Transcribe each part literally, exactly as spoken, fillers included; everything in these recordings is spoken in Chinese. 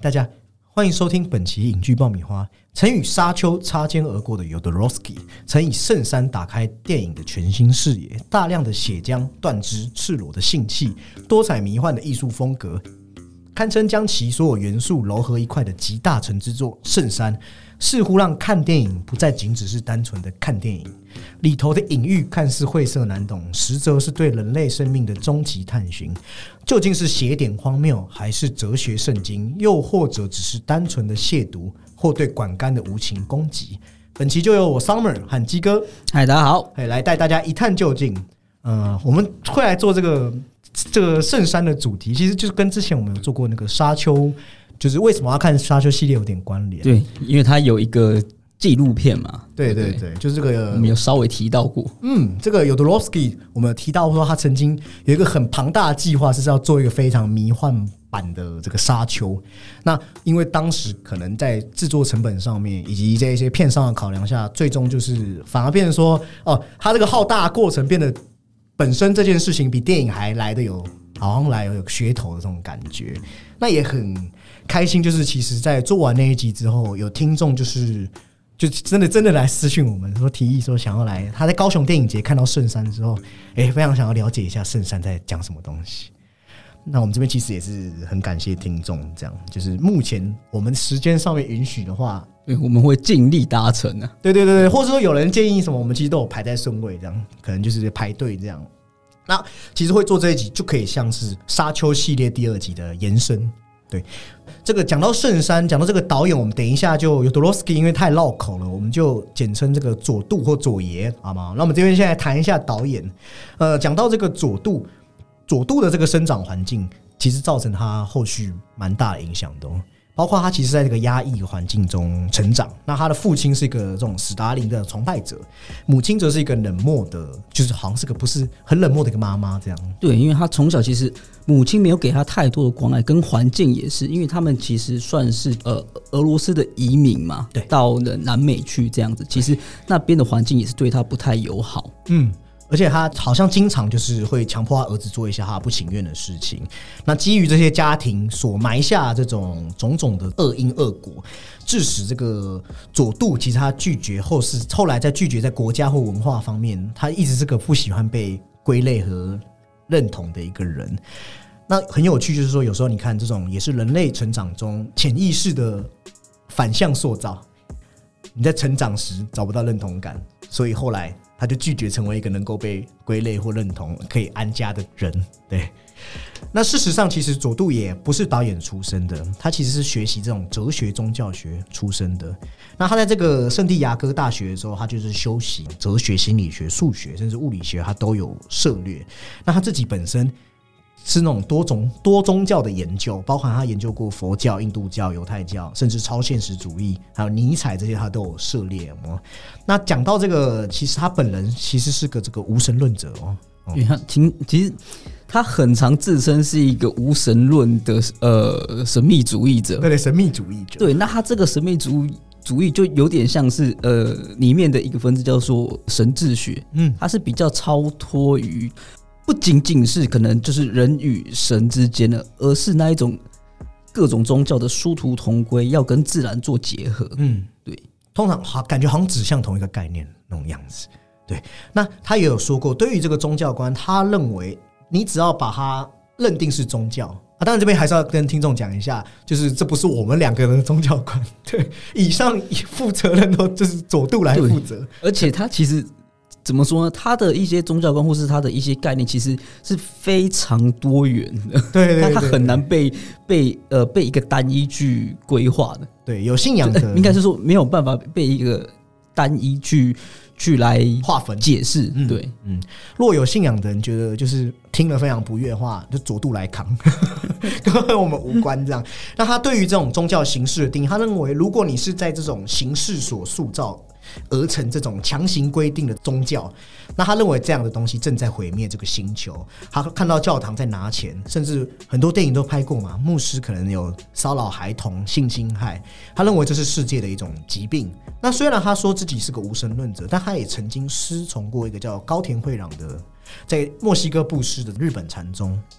大家欢迎收听本期影剧爆米花。曾与沙丘擦肩而过的 Jodorowsky 曾以圣山打开电影的全新视野，大量的血浆、断肢、赤裸的性器、多彩迷幻的艺术风格，堪称将其所有元素糅合一块的集大成之作《圣山》，似乎让看电影不再仅只是单纯的看电影，里头的隐喻看似晦涩难懂，实则是对人类生命的终极探寻。究竟是邪典荒谬，还是哲学圣经，又或者只是单纯的亵渎，或对管干的无情攻击？本期就由我 Summer 和鸡哥， 嗨，大家好， 来带大家一探究竟。呃，我们会来做这个这个圣山的主题，其实就是跟之前我们有做过那个沙丘，就是为什么要看沙丘系列有点关联。 对，因为它有一个纪录片嘛。 对对 对, 对，就是这个我们有稍微提到过。 嗯，这个 Jodorowsky 我们有提到说他曾经有一个很庞大的计划，是要做一个非常迷幻版的这个沙丘。那因为当时可能在制作成本上面，以及在一些片商的考量下，最终就是反而变成说，哦，他这个浩大的过程变得本身这件事情比电影还来的有好像来有噱头的这种感觉。那也很开心，就是其实在做完那一集之后，有听众就是就真的真的来私讯我们说，提议说想要来，他在高雄电影节看到圣山之后，哎，非常想要了解一下圣山在讲什么东西。那我们这边其实也是很感谢听众，这样就是目前我们时间上面允许的话， 对，我们会尽力达成啊。 对对对对，或者说有人建议什么，我们其实都有排在顺位，这样可能就是排队这样。那其实会做这一集，就可以像是沙丘系列第二集的延伸。对，这个讲到圣山，讲到这个导演，我们等一下就有 Jodorowsky， 因为太绕口了，我们就简称这个佐渡或佐爷，好吗？那我们这边现在谈一下导演。呃，讲到这个佐渡，佐渡的这个生长环境，其实造成他后续蛮大的影响的哦。包括他其实在这个压抑环境中成长，那他的父亲是一个这种史达林的崇拜者，母亲则是一个冷漠的，就是好像是个不是很冷漠的一个妈妈这样。 对，因为他从小其实母亲没有给他太多的关爱，跟环境也是，因为他们其实算是呃俄罗斯的移民嘛，对，到了南美去这样子，其实那边的环境也是对他不太友好。嗯。 而且他好像经常就是会强迫他儿子做一些他不情愿的事情。那基于这些家庭所埋下这种种种的恶因恶果，致使这个佐渡其实他拒绝，后是后来在拒绝在国家或文化方面，他一直是个不喜欢被归类和认同的一个人。那很有趣，就是说有时候你看这种也是人类成长中潜意识的反向塑造。你在成长时找不到认同感，所以后来他就拒绝成为一个能够被归类或认同、可以安家的人。对，那事实上，其实佐渡也不是导演出身的，他其实是学习这种哲学、宗教学出身的。那他在这个圣地亚哥大学的时候，他就是修习哲学、心理学、数学，甚至物理学，他都有涉猎。那他自己本身是那种多种多宗教的研究，包含他研究过佛教、印度教、犹太教，甚至超现实主义，还有尼采这些，他都有涉猎。那讲到这个，其实他本人其实是个这个无神论者哦。 因为他其实他很常自称是一个无神论的呃神秘主义者。 对对，神秘主义者。 对，那他这个神秘主义主义就有点像是呃里面的一个分支叫做神智学，嗯，它是比较超脱于。不仅仅是可能就是人与神之间的，而是那一种各种宗教的殊途同归，要跟自然做结合。嗯，对， 通常好感觉好像指向同一个概念那种样子。对，那他也有说过，对于这个宗教观，他认为你只要把它认定是宗教啊，当然这边还是要跟听众讲一下，就是这不是我们两个人的宗教观。对，以上负责任都就是佐渡来负责， 而且他其实。怎么说呢？他的一些宗教观或是他的一些概念，其实是非常多元的。 对对 对, 对， 他很难被被呃被一个单一去规划的。 对，有信仰的， 应该是说没有办法被一个单一去去来划分解释。 嗯、 对， 嗯，若有信仰的人觉得就是听了非常不悦的话，就佐渡来扛，跟我们无关这样。那他对于这种宗教形式的定义，他认为如果你是在这种形式所塑造。而成这种强行规定的宗教，那他认为这样的东西正在毁灭这个星球。他看到教堂在拿钱，甚至很多电影都拍过嘛，牧师可能有骚扰孩童、性侵害，他认为这是世界的一种疾病。那虽然他说自己是个无神论者，但他也曾经师从过一个叫高田惠朗的，在墨西哥布施的日本禅宗。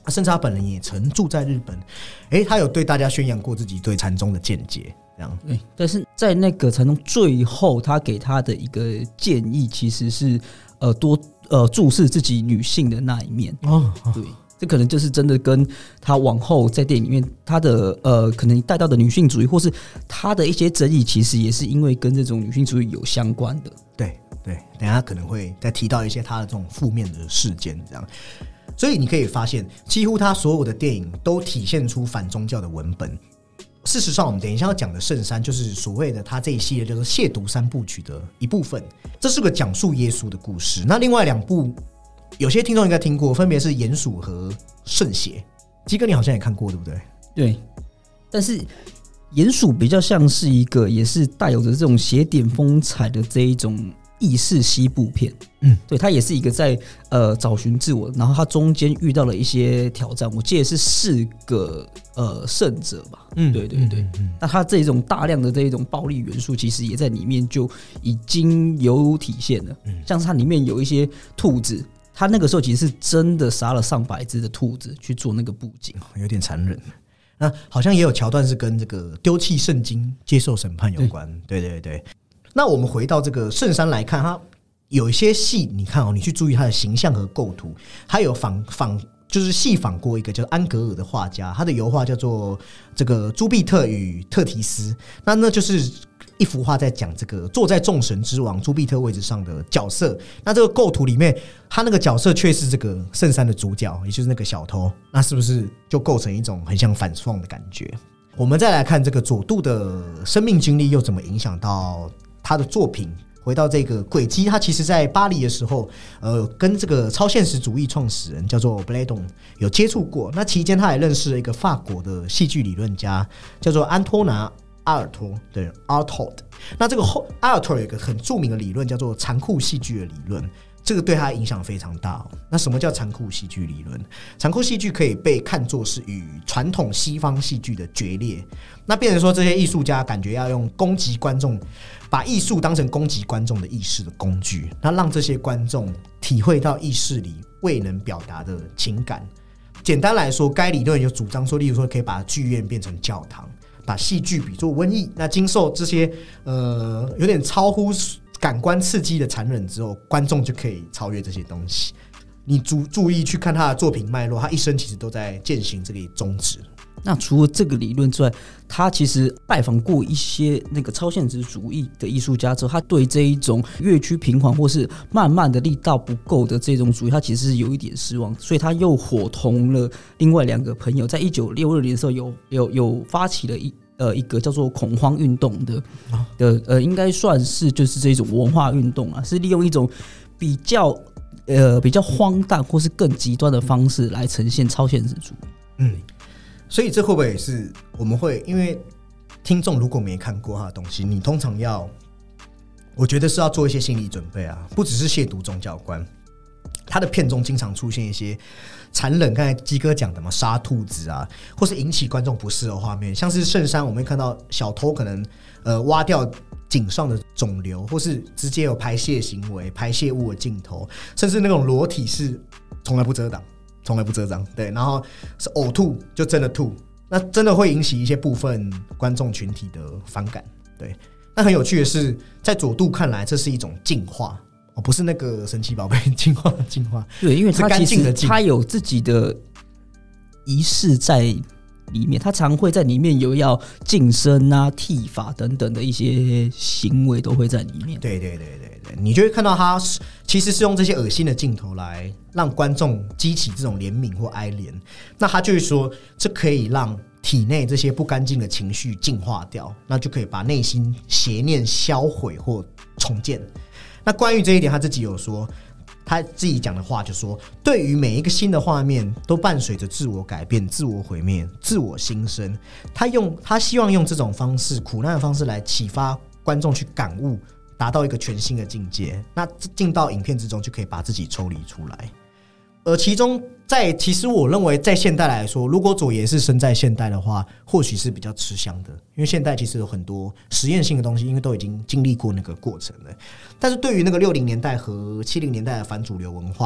甚至他本人也曾住在日本，哎，他有对大家宣扬过自己对禅宗的见解，这样。 对，但是在那个禅宗最后，他给他的一个建议其实是呃多呃注视自己女性的那一面。哦，对，这可能就是真的跟他往后在电影里面他的呃可能带到的女性主义，或是他的一些争议，其实也是因为跟这种女性主义有相关的。 对对，等一下可能会再提到一些他的这种负面的事件，这样。所以你可以发现，几乎他所有的电影都体现出反宗教的文本。事实上，我们等一下要讲的圣山，就是所谓的他这一系列就是亵渎三部曲的一部分。这是个讲述耶稣的故事。那另外两部，有些听众应该听过，分别是《鼹鼠》和《圣血》。基哥，你好像也看过，对不对？ 对，但是《鼹鼠》比较像是一个，也是带有着这种邪典风采的这一种意识西部片。嗯，对，他也是一个在呃找寻自我，然后他中间遇到了一些挑战，我记得是四个呃圣者吧。嗯，对对对。嗯嗯、那他这种大量的这一种暴力元素，其实也在里面就已经有体现了。嗯，像是它里面有一些兔子，他那个时候其实是真的杀了上百只的兔子去做那个布景， 有点残忍。那好像也有桥段是跟这个丢弃圣经接受审判有关。对对对。那我们回到这个圣山来看，它有一些戏，你看哦，你去注意它的形象和构图，它有仿仿就是戏仿过一个叫安格尔的画家，他的油画叫做这个朱庇特与特提斯，那那就是一幅画在讲这个坐在众神之王朱庇特位置上的角色。那这个构图里面，他那个角色却是这个圣山的主角，也就是那个小偷，那是不是就构成一种很像反讽的感觉？我们再来看这个佐渡的生命经历又怎么影响到他的作品。回到这个轨迹，他其实在巴黎的时候，呃，跟这个超现实主义创始人叫做 Bledon 有接触过。那期间他也认识了一个法国的戏剧理论家，叫做安托拿阿尔托的 Artaud。那这个阿尔托有一个很著名的理论，叫做残酷戏剧的理论。这个对他影响非常大哦。那什么叫残酷戏剧理论？残酷戏剧可以被看作是与传统西方戏剧的决裂。那变成说这些艺术家感觉要用攻击观众，把艺术当成攻击观众的意识的工具，那让这些观众体会到意识里未能表达的情感。简单来说，该理论有主张说，例如说可以把剧院变成教堂，把戏剧比作瘟疫。那经受这些呃有点超乎感官刺激的残忍之后，观众就可以超越这些东西。你 注, 注意去看他的作品脉络，他一生其实都在践行这个宗旨。 那除了这个理论之外，他其实拜访过一些那个超现实主义的艺术家之后，他对这一种乐曲平缓或是慢慢的力道不够的这种主义，他其实是有一点失望，所以他又伙同了另外两个朋友，在一九六二年的时候有有有发起了一呃一个叫做恐慌运动的的呃，应该算是就是这种文化运动啊，是利用一种比较呃比较荒诞或是更极端的方式来呈现超现实主义。 嗯。所以这会不会也是我们会，因为听众如果没看过他的东西，你通常要，我觉得是要做一些心理准备啊，不只是亵渎宗教观，他的片中经常出现一些残忍，刚才基哥讲的嘛，杀兔子啊，或是引起观众不适的画面，像是圣山，我们会看到小偷可能呃挖掉颈上的肿瘤，或是直接有排泄行为、排泄物的镜头，甚至那种裸体是从来不遮挡。从来不遮挡，对，然后是呕吐就真的吐，那真的会引起一些部分观众群体的反感，对。那很有趣的是，在佐渡看来，这是一种净化，哦，不是那个神奇宝贝净化的净化， 对，因为他其实他有自己的仪式在里面，他常会在里面有要净身啊、剃发等等的一些行为都会在里面。 对对对对对，你就会看到他其实是用这些恶心的镜头来让观众激起这种怜悯或哀怜。那他就是说，这可以让体内这些不干净的情绪净化掉，那就可以把内心邪念销毁或重建。那关于这一点，他自己有说。他自己讲的话就说，对于每一个新的画面都伴随着自我改变、自我毁灭、自我新生。他用他希望用这种方式、苦难的方式来启发观众去感悟，达到一个全新的境界。那进到影片之中，就可以把自己抽离出来。而其中在其实我认为在现代来说，如果佐爷是生在现代的话，或许是比较吃香的，因为现代其实有很多实验性的东西，因为都已经经历过那个过程了。但是对于那个六零年代和七零年代的反主流文化，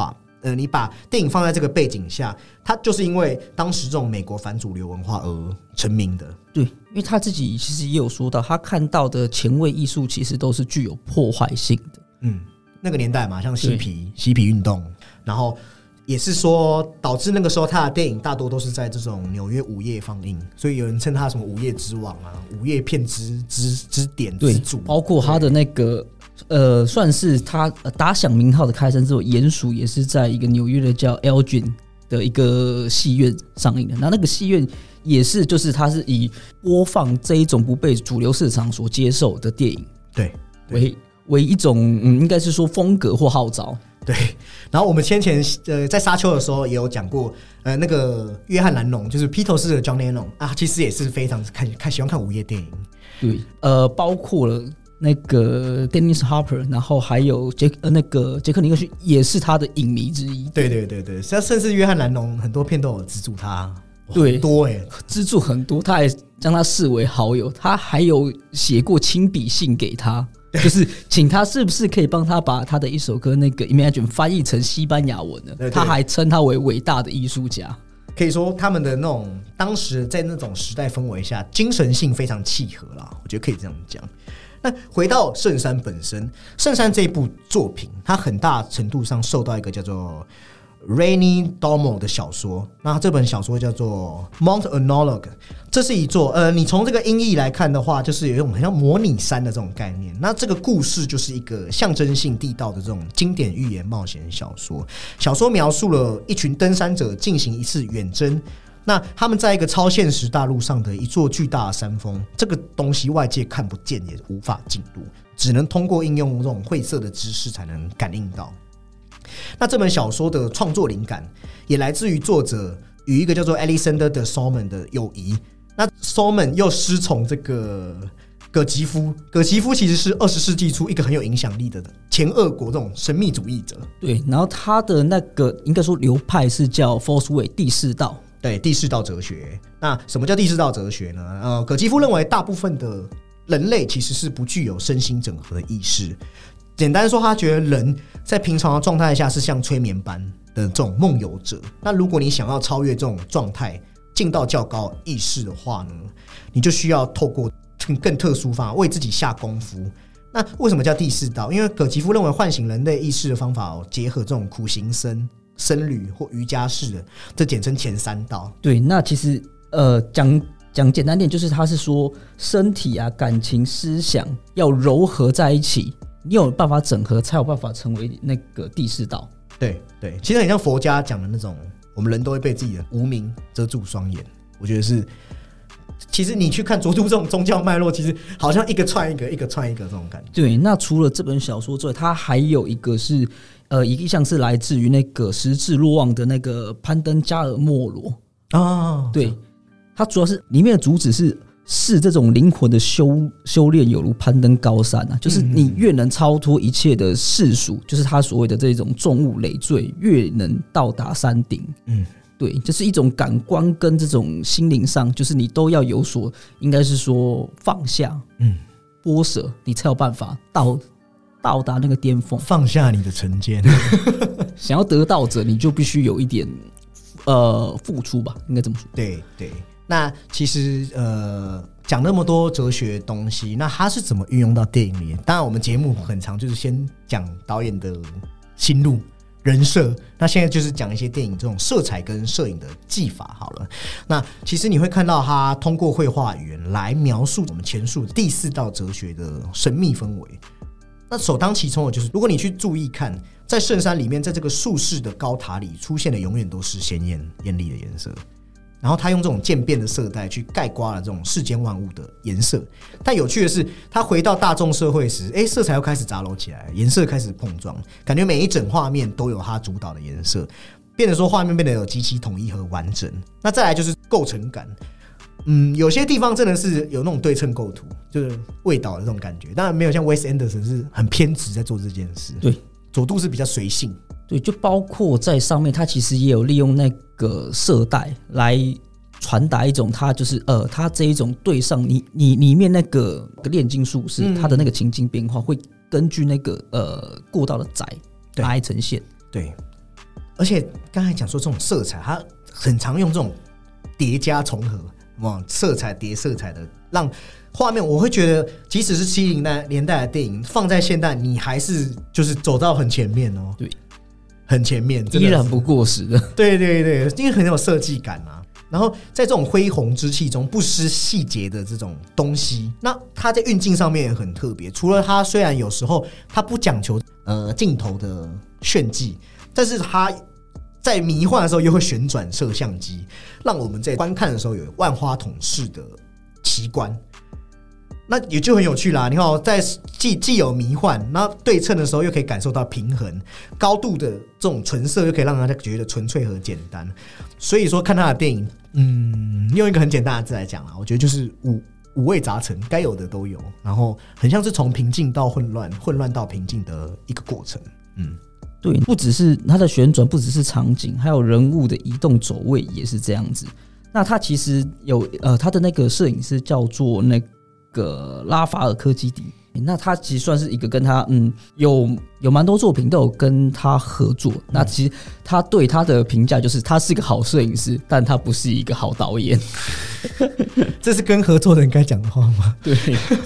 呃，你把电影放在这个背景下，它就是因为当时这种美国反主流文化而成名的。 对，因为他自己其实也有说到，他看到的前卫艺术其实都是具有破坏性的。 嗯，那个年代嘛，像嬉皮嬉皮运动，然后也是说导致那个时候他的电影大多都是在这种纽约午夜放映，所以有人称他什么午夜之王啊、午夜片之之之点之主， 包括他的那个。呃，算是他打响名号的开声之后，鼹鼠也是在一个纽约的叫 Elgin 的一个戏院上映的。那那个戏院也是，就是它是以播放这一种不被主流市场所接受的电影， 对， 为为一种嗯，应该是说风格或号召。 对，然后我们先前呃在沙丘的时候也有讲过，呃，那个约翰兰农就是披头士的 John Lennon 啊，其实也是非常看看喜欢看午夜电影。 对，呃，包括了。那个 Dennis Hopper， 然后还有杰呃那个杰克尼克逊也是他的影迷之一。 对对对对，甚至约翰兰农很多片都有资助他， 对， 很多哎、欸， 资助很多，他还将他视为好友，他还有写过亲笔信给他，就是请他是不是可以帮他把他的一首歌那个 Imagine 翻译成西班牙文呢？对对，他还称他为伟大的艺术家。 可以说他们的那种当时在那种时代氛围下，精神性非常契合啦，我觉得可以这样讲。那回到圣山本身，圣山这部作品，它很大程度上受到一个叫做 Rainy Domo 的小说。那这本小说叫做 Mount Anologue， 这是一座呃，你从这个音译来看的话，就是有一种很像模拟山的这种概念。那这个故事就是一个象征性地道的这种经典寓言冒险小说。小说描述了一群登山者进行一次远征。那他们在一个超现实大陆上的一座巨大的山峰，这个东西外界看不见也无法进入，只能通过应用这种晦涩的知识才能感应到。那这本小说的创作灵感也来自于作者与一个叫做 Alexander de Salmon 的友谊。那 Salmon 又师从这个葛吉夫，葛吉夫其实是二十世纪初一个很有影响力的前俄国这种神秘主义者。 对，然后他的那个应该说流派是叫 Fourth Way 第四道。 对，第四道哲学。那什么叫第四道哲学呢？呃，葛吉夫认为大部分的人类其实是不具有身心整合的意识。简单说，他觉得人在平常的状态下是像催眠般的这种梦游者。那如果你想要超越这种状态，进到较高意识的话呢，你就需要透过更特殊方法为自己下功夫。那为什么叫第四道？因为葛吉夫认为唤醒人类意识的方法、哦、结合这种苦行僧、僧侣或瑜伽式的，这简称前三道。 对，那其实呃讲讲简单点，就是他是说身体啊、感情、思想要糅合在一起，你有办法整合，才有办法成为那个第四道。 对对，其实很像佛家讲的那种，我们人都会被自己的无明遮住双眼。我觉得是，其实你去看卓都这种宗教脉络，其实好像一个串一个，一个串一个这种感觉。 对，那除了这本小说之外，它还有一个是。呃，一项是来自于那个十字若望的那个攀登加尔默罗啊， 对，它主要是里面的主旨是视这种灵魂的修修炼有如攀登高山啊，就是你越能超脱一切的世俗，就是他所谓的这种重物累赘，越能到达山顶。嗯，对，就是一种感官跟这种心灵上，就是你都要有所，应该是说放下，嗯，剥舍，你才有办法到。到达那个巅峰， 放下你的成见。 想要得到者，你就必须有一点呃付出吧，应该这么说。 对对，那其实呃讲那么多哲学东西，那它是怎么运用到电影里？当然，我们节目很长，就是先讲导演的心路、人设。那现在就是讲一些电影这种色彩跟摄影的技法好了。那其实你会看到他通过绘画语言来描述我们前述第四道哲学的神秘氛围。那首当其冲的就是，如果你去注意看，在圣山里面，在这个术士的高塔里出现的永远都是鲜艳艳丽的颜色，然后他用这种渐变的色带去概括了这种世间万物的颜色。但有趣的是，他回到大众社会时，哎，色彩又开始杂糅起来，颜色开始碰撞，感觉每一整画面都有他主导的颜色，变得说画面变得有极其统一和完整。那再来就是构成感。嗯，有些地方真的是有那种对称构图，就是味道的这种感觉。当然没有像 Wes Anderson 是很偏执在做这件事。 对， 佐渡是比较随性。 对，就包括在上面，他其实也有利用那个色带来传达一种，他就是呃，他这一种对上你你里面那个炼金术士，他的那个情境变化会根据那个呃过道的窄来呈现。 对。 而且刚才讲说这种色彩，它很常用这种叠加重合，哇，色彩叠色彩的，让画面我会觉得，即使是七零年代的电影，放在现代，你还是就是走到很前面哦， 对， 很前面， 依然不过时的。 对对对，因为很有设计感嘛。然后在这种恢宏之气中不失细节的这种东西，那它在运镜上面也很特别。除了它虽然有时候它不讲求呃镜头的炫技，但是它在迷幻的时候又会旋转摄像机，让我们在观看的时候有万花筒式的奇观。那也就很有趣啦。你看、哦，在 既, 既有迷幻，那对称的时候又可以感受到平衡，高度的这种纯色又可以让大家觉得纯粹和简单。所以说，看他的电影，嗯，用一个很简单的字来讲啦，我觉得就是五五味杂陈，该有的都有，然后很像是从平静到混乱，混乱到平静的一个过程。嗯， 对，不只是它的旋转，不只是场景，还有人物的移动走位也是这样子。那它其实有呃，它的那个摄影师叫做那个。个拉法尔科基迪，那他其实算是一个跟他嗯有有蛮多作品都有跟他合作。嗯、那其实他对他的评价就是他是一个好摄影师，但他不是一个好导演。 这是跟合作的人该讲的话吗？ 对。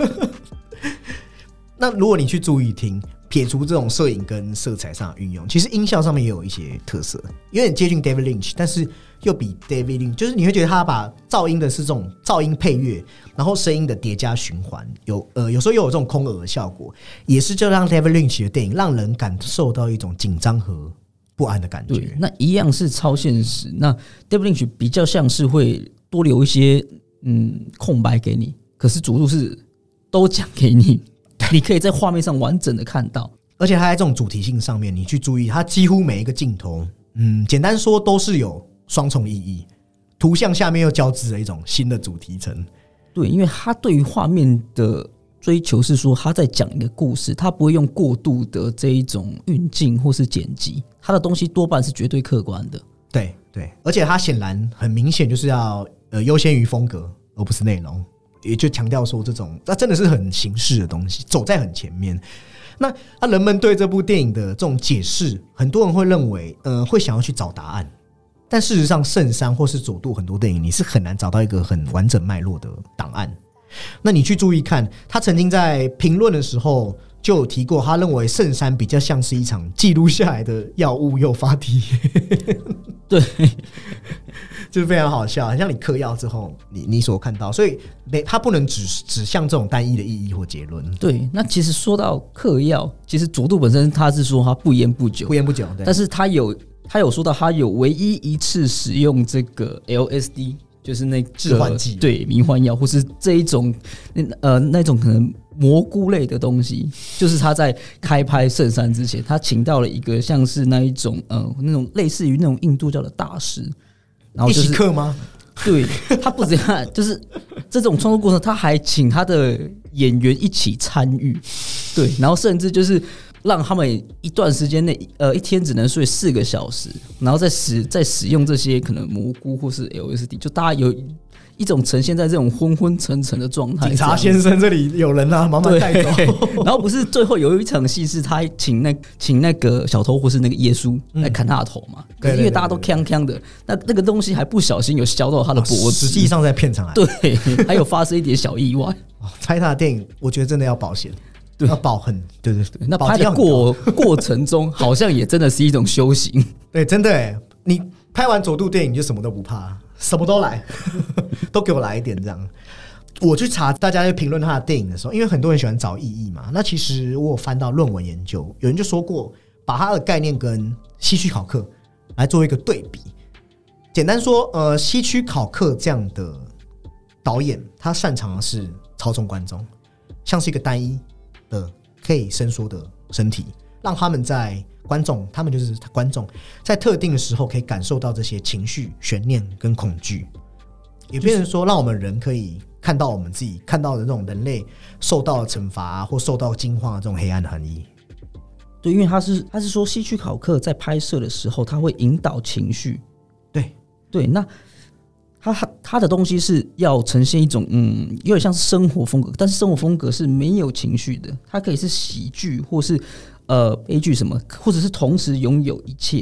那如果你去注意听，撇除这种摄影跟色彩上的运用，其实音效上面也有一些特色，有点接近 David Lynch， 但是又比 David Lynch， 就是你会觉得他把噪音的是这种噪音配乐，然后声音的叠加循环，有呃有时候又有这种空耳的效果，也是就让 David Lynch 的电影让人感受到一种紧张和不安的感觉。 对，那一样是超现实。那 David Lynch 比较像是会多留一些嗯空白给你，可是主路是都讲给你。你可以在画面上完整的看到， 而且它在这种主题性上面，你去注意，它几乎每一个镜头，嗯，简单说都是有双重意义，图像下面又交织了一种新的主题层。 对，因为他对于画面的追求是说他在讲一个故事，他不会用过度的这一种运镜或是剪辑，他的东西多半是绝对客观的。 对对，而且他显然很明显就是要呃优先于风格，而不是内容。也就强调说，这种那真的是很形式的东西，走在很前面。那那人们对这部电影的这种解释，很多人会认为，呃，会想要去找答案。但事实上，圣山或是佐渡很多电影，你是很难找到一个很完整脉络的档案。那你去注意看，他曾经在评论的时候就有提过，他认为圣山比较像是一场记录下来的药物诱发体验。 对。 就是非常好笑，很像你嗑药之后你你所看到，所以它不能只指向这种单一的意义或结论。 对，那其实说到嗑药，其实佐渡本身他是说他不烟不酒， 不烟不酒，对， 但是他有他有说到他有唯一一次使用这个 L S D， 就是那个致幻剂， 对，迷幻药，或是这一种呃那种可能蘑菇类的东西，就是他在开拍圣山之前，他请到了一个像是那一种呃那种类似于那种印度教的大师。然后就是、 一起嗑吗？ 对，他不止这样，就是这种创作过程，他还请他的演员一起参与，对，然后甚至就是让他们一段时间内，呃，一天只能睡四个小时，然后再使再使用这些可能蘑菇或是 L S D， 就大家有一种呈现在这种昏昏沉沉的状态。 警察先生，这里有人啊，麻烦带走。 然后不是最后有一场戏是他请那请那个小偷或是那个耶稣来砍他的头嘛？可是因为大家都锵锵的，那那个东西还不小心有削到他的脖子， 实际上在片场来， 对，还有发生一点小意外。 拍他的电影，我觉得真的要保险。要保很，对对对， 那拍的过过程中，好像也真的是一种修行。 对，真的哎，你拍完佐渡电影就什么都不怕，什么都来，都给我来一点这样。我去查大家在评论他的电影的时候，因为很多人喜欢找意义嘛，那其实我有翻到论文研究，有人就说过，把他的概念跟希区考克来做一个对比。简单说，呃，希区考克这样的导演，他擅长的是操纵观众，像是一个单一的可以伸缩的身体，让他们在观众，他们就是观众，在特定的时候可以感受到这些情绪、悬念跟恐惧，也变成说，让我们人可以看到我们自己看到的这种人类受到惩罚、啊、或受到惊慌的这种黑暗的含义。 对，因为他是他是说，希区考克在拍摄的时候，他会引导情绪。 对对，那。他, 他的东西是要呈现一种嗯，有点像是生活风格，但是生活风格是没有情绪的。它可以是喜剧，或是呃悲剧什么，或者是同时拥有一切。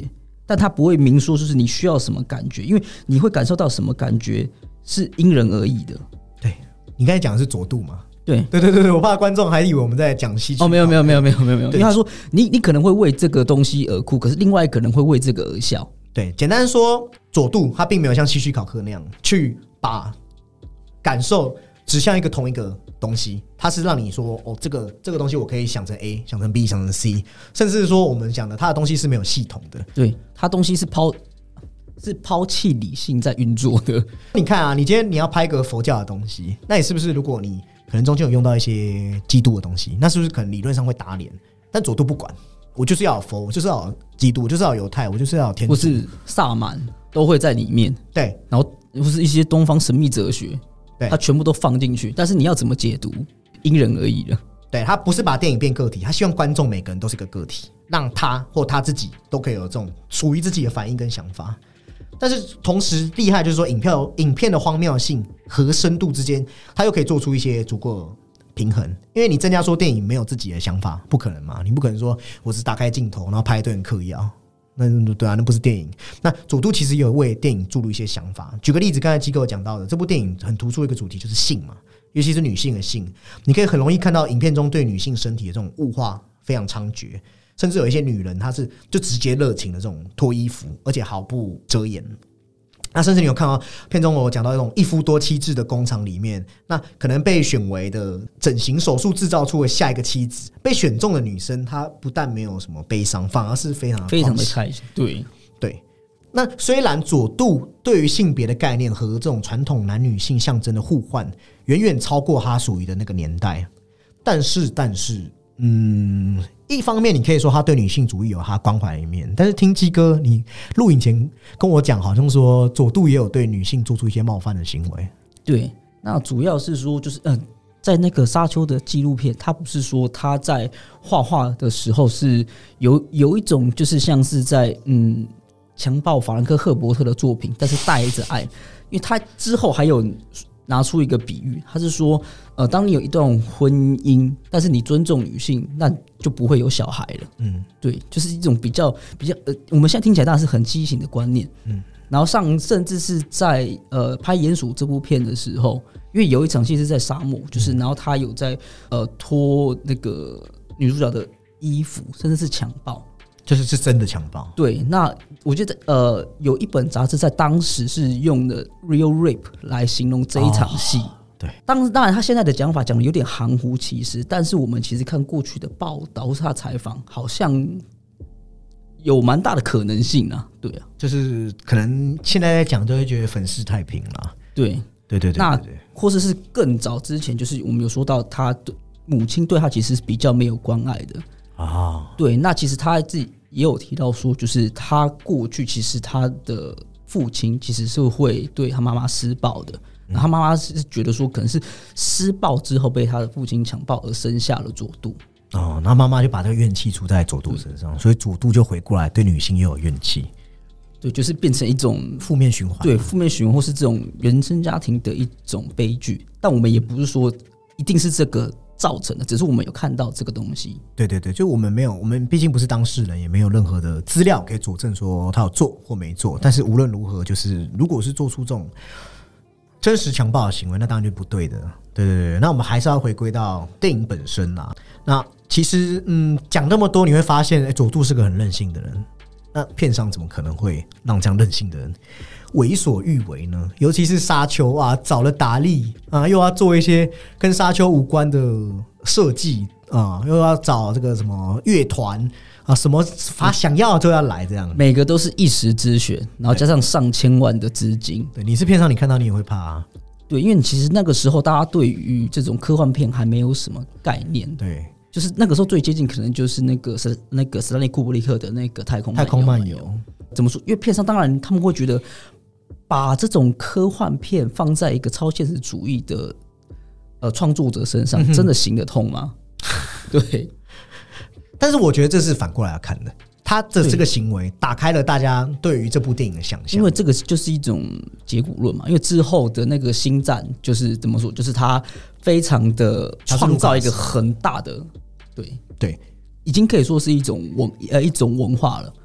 但他不会明说就是你需要什么感觉，因为你会感受到什么感觉是因人而异的。 对，你刚才讲的是佐渡嘛？ 对对对对对，我怕观众还以为我们在讲戏剧。 哦，没有没有没有没有没有没有，因为他说你你可能会为这个东西而哭，可是另外可能会为这个而笑。 对，简单说，佐渡他并没有像希区考克那样去把感受指向一个同一个东西，它是让你说哦，这个这个东西我可以想成 A， 想成 B， 想成 C， 甚至说我们讲的它的东西是没有系统的。 对，它东西是抛是抛弃理性在运作的。 你看啊，你今天你要拍个佛教的东西，那你是不是如果你可能中间有用到一些基督的东西，那是不是可能理论上会打脸？但佐渡不管，我就是要有佛，我就是要有基督，我就是要有犹太，我就是要有天主， 或是萨满都会在里面。 对， 然后或是一些东方神秘哲学，它全部都放进去，但是你要怎么解读，因人而异了。 对，他不是把电影变个体，他希望观众每个人都是个个体，让他或他自己都可以有这种属于自己的反应跟想法。但是同时厉害就是说影片影片的荒谬性和深度之间，它又可以做出一些足够平衡。因为你真的要说电影没有自己的想法，不可能嘛？你不可能说我只打开镜头然后拍一顿嗑药，那对啊，那不是电影。那佐渡其实也有为电影注入一些想法。举个例子，刚才机构有讲到的，这部电影很突出的一个主题就是性嘛，尤其是女性的性，你可以很容易看到影片中对女性身体的这种物化非常猖獗。甚至有一些女人，她是就直接热情的这种脱衣服，而且毫不遮掩。那甚至你有看到片中我讲到一种一夫多妻制的工厂里面，那可能被选为的整形手术制造出的下一个妻子，被选中的女生，她不但没有什么悲伤，反而是非常非常的开心。对对。那虽然佐渡对于性别的概念和这种传统男女性象征的互换，远远超过他属于的那个年代，但是但是。嗯，一方面你可以说他对女性主义有他关怀的一面，但是听鸡哥你录影前跟我讲，好像说佐渡也有对女性做出一些冒犯的行为。 对，那主要是说就是嗯、呃，在那个沙丘的纪录片，他不是说他在画画的时候是有有一种就是像是在嗯强暴法兰克·赫伯特的作品，但是带着爱，因为他之后还有。拿出一个比喻，他是说，呃，当你有一段婚姻，但是你尊重女性，那就不会有小孩了。嗯，对，就是一种比较比较，呃，我们现在听起来当然是很畸形的观念。嗯，然后上甚至是在呃拍《鼹鼠》这部片的时候，因为有一场戏是在沙漠，就是然后他有在呃脱那个女主角的衣服，甚至是强暴。 就是是真的强暴。 对，那我觉得呃，有一本杂志在当时是用的 real rape 来形容这一场戏。哦、 对， 当当然他现在的讲法讲的有点含糊其实，但是我们其实看过去的报道或是他采访，好像有蛮大的可能性啊。对啊， 就是可能现在在讲都会觉得粉饰太平了。 对对对对， 那或者是更早之前，就是我们有说到他母亲对他其实是比较没有关爱的。 啊， 对，那其实他自己也有提到说，就是他过去其实他的父亲其实是会对他妈妈施暴的，然后他妈妈是觉得说可能是施暴之后被他的父亲强暴而生下了佐渡。 哦，然后妈妈就把这个怨气出在佐渡身上，所以佐渡就回过来对女性也有怨气。 对，就是变成一种负面循环， 对，负面循环或是这种原生家庭的一种悲剧。但我们也不是说一定是这个造成的，只是我们有看到这个东西。 对对对，就我们没有，我们毕竟不是当事人，也没有任何的资料可以佐证说他有做或没做。但是无论如何，就是如果是做出这种真实强暴的行为，那当然就不对的。对对对，那我们还是要回归到电影本身啦。那其实，嗯，讲那么多，你会发现，欸，佐渡是个很任性的人。那片商怎么可能会让这样任性的人为所欲为呢？尤其是沙丘啊，找了达利啊，又要做一些跟沙丘无关的设计啊，又要找这个什么乐团啊，什么他想要就要来，这样每个都是一时之选，然后加上上千万的资金。 对，你是片商，你看到你也会怕啊。 对，因为其实那个时候大家对于这种科幻片还没有什么概念。 对。 就是那个时候最接近，可能就是那个斯那个斯坦利库布里克的那个太空太空漫游。 怎么说？因为片商当然他们会觉得，把这种科幻片放在一个超现实主义的呃创作者身上，真的行得通吗？对。 但是我觉得这是反过来要看的，他的这个行为打开了大家对于这部电影的想象， 因为这个就是一种结果论嘛。因为之后的那个星战就是怎么说，就是他非常的创造一个很大的。对对， 已经可以说是一种文呃一种文化了。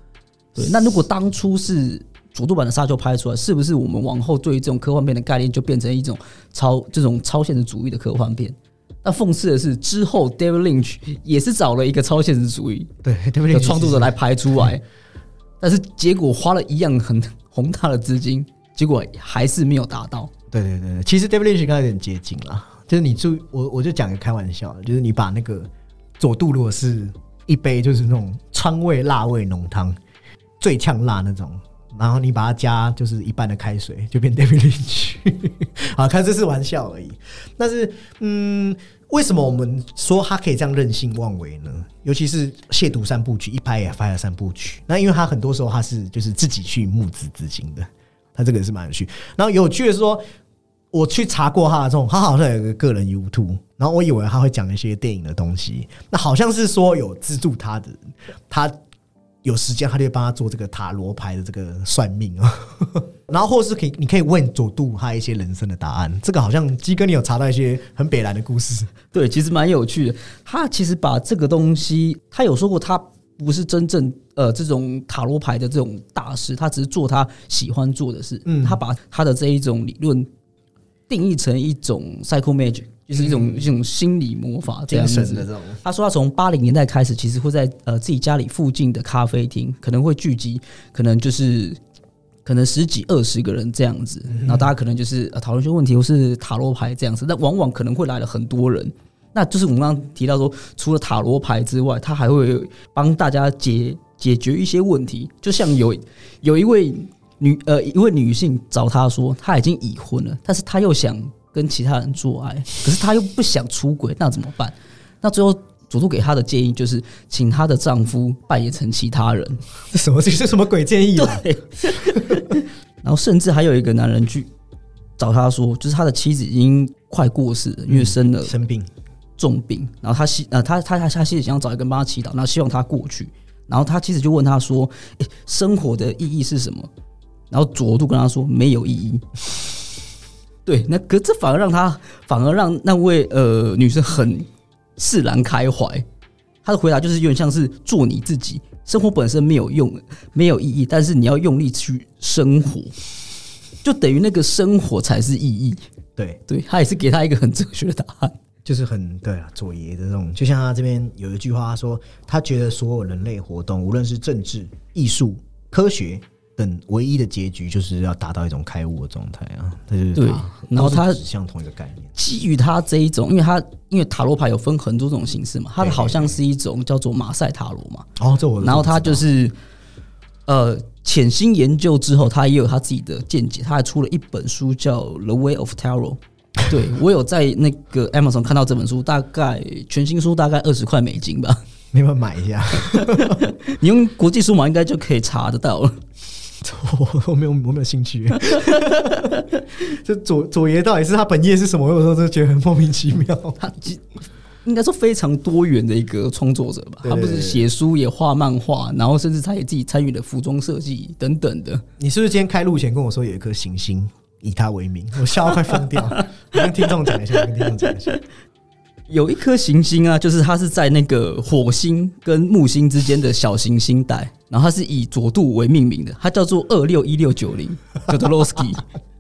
对，那如果当初是佐渡版的沙丘拍出来，是不是我们往后对于这种科幻片的概念就变成一种超这种超现实主义的科幻片？那讽刺的是，之后 David Lynch 也是找了一个超现实主义对 David Lynch 的创作者来拍出来，但是结果花了一样很宏大的资金，结果还是没有达到。 对对对，其实 David Lynch 跟他有点接近啦，就是你就我我就讲个开玩笑，就是你把那个佐渡如果是一杯就是那种川味辣味浓汤，最呛辣那种。然后你把它加就是一半的开水，就变 David Lynch 好，看这是玩笑而已。但是，嗯，为什么我们说他可以这样任性妄为呢？尤其是亵渎三部曲，一拍也拍了三部曲。那因为他很多时候他是就是自己去募资资金的，他这个也是蛮有趣。然后有趣的是说，我去查过他的这种，他好像有一个个人 YouTube， 然后我以为他会讲一些电影的东西，那好像是说有资助他的他。有时间他就会帮他做这个塔罗牌的这个算命啊，然后或是可以你可以问佐渡他一些人生的答案。这个好像基哥你有查到一些很北蓝的故事， 对，其实蛮有趣的。他其实把这个东西，他有说过他不是真正呃这种塔罗牌的这种大师，他只是做他喜欢做的事。嗯，他把他的这一种理论定义成一种 psycho magic。就是一种、嗯、一种心理魔法这样子的这种。他说他从八零年代开始，其实会在呃自己家里附近的咖啡厅，可能会聚集，可能就是可能十几二十个人这样子，然后大家可能就是讨论一些问题，或是塔罗牌这样子。但往往可能会来了很多人。那就是我们刚刚提到说，除了塔罗牌之外，他还会帮大家解解决一些问题。就像有有一位女呃一位女性找他说，她已经已婚了，但是她又想跟其他人做爱，可是她又不想出轨，那怎么办？那最后佐渡给她的建议就是，请她的丈夫扮演成其他人。 这什么？这是什么鬼建议啊？ 对。然后甚至还有一个男人去找他说，就是他的妻子已经快过世了，因为生了、 嗯、生病重病，然后他希呃他他他他妻子想要找一个人帮他祈祷，然后希望他过去。然后他妻子就问他说：“欸，生活的意义是什么？”然后佐渡跟他说：“没有意义。”对，那可这反而让他，反而让那位呃女生很释然开怀。他的回答就是有点像是做你自己，生活本身没有用，没有意义，但是你要用力去生活，就等于那个生活才是意义。 对对，他也是给他一个很哲学的答案， 就是很对啊，佐爷的这种，就像他这边有一句话，他说他觉得所有人类活动，无论是政治、艺术、科学等，唯一的结局就是要达到一种开悟的状态啊。就是对，然后他指向同一个概念。 基于他这一种，因为他因为塔罗牌有分很多种形式嘛，他的好像是一种叫做马赛塔罗嘛。 哦，这我。 然后他就是呃潜心研究之后，他也有他自己的见解，他还出了一本书叫《The Way of Tarot》。对，我有在那个 Amazon 看到这本书，大概全新书大概二十块美金吧。 你要不要买一下？ 你用国际书码应该就可以查得到了。 我我没有我没有兴趣。这佐佐爷到底是他本业是什么？我有时候真的觉得很莫名其妙。 他应该说非常多元的一个创作者吧。对对对，他不是写书也画漫画，然后甚至他也自己参与了服装设计等等的。 你是不是今天开录前跟我说有一颗行星以他为名？我笑到快疯掉。我跟听众讲一下，我跟听众讲一下。 有一颗行星啊，就是它是在那个火星跟木星之间的小行星带，然后它是以佐渡为命名的，它叫做二六一六九零 Jodorowsky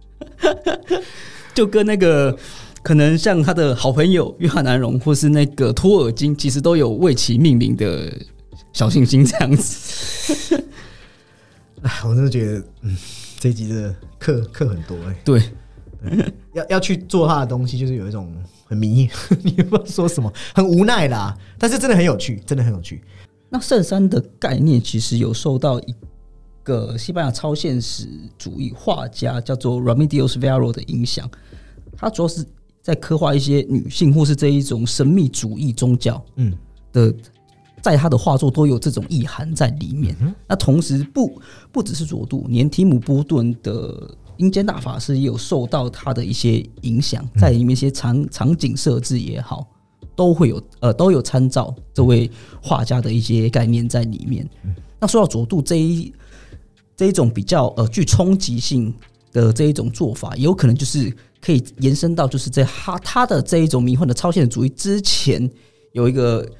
就跟那个可能像他的好朋友约翰南荣或是那个托尔金，其实都有为其命名的小行星这样子。 我真的觉得，嗯，这一集的课课很多哎、欸。 对。 要要去做他的东西，就是有一种很迷，你不知道说什么，很无奈啦。但是真的很有趣，真的很有趣。 那圣山的概念其实有受到一个西班牙超现实主义画家叫做 Remedios Varo 的影响，他主要是在刻画一些女性或是这一种神秘主义宗教的，在他的画作都有这种意涵在里面。嗯、那同时不不只是佐渡，连提姆波顿的阴间大法师也有受到他的一些影响，在里面一些场场景设置也好，都会有呃都有参照这位画家的一些概念在里面。那说到佐渡这一这一种比较呃具冲击性的这一种做法，也有可能就是可以延伸到就是在他他的这一种迷幻的超现实主义之前，有一个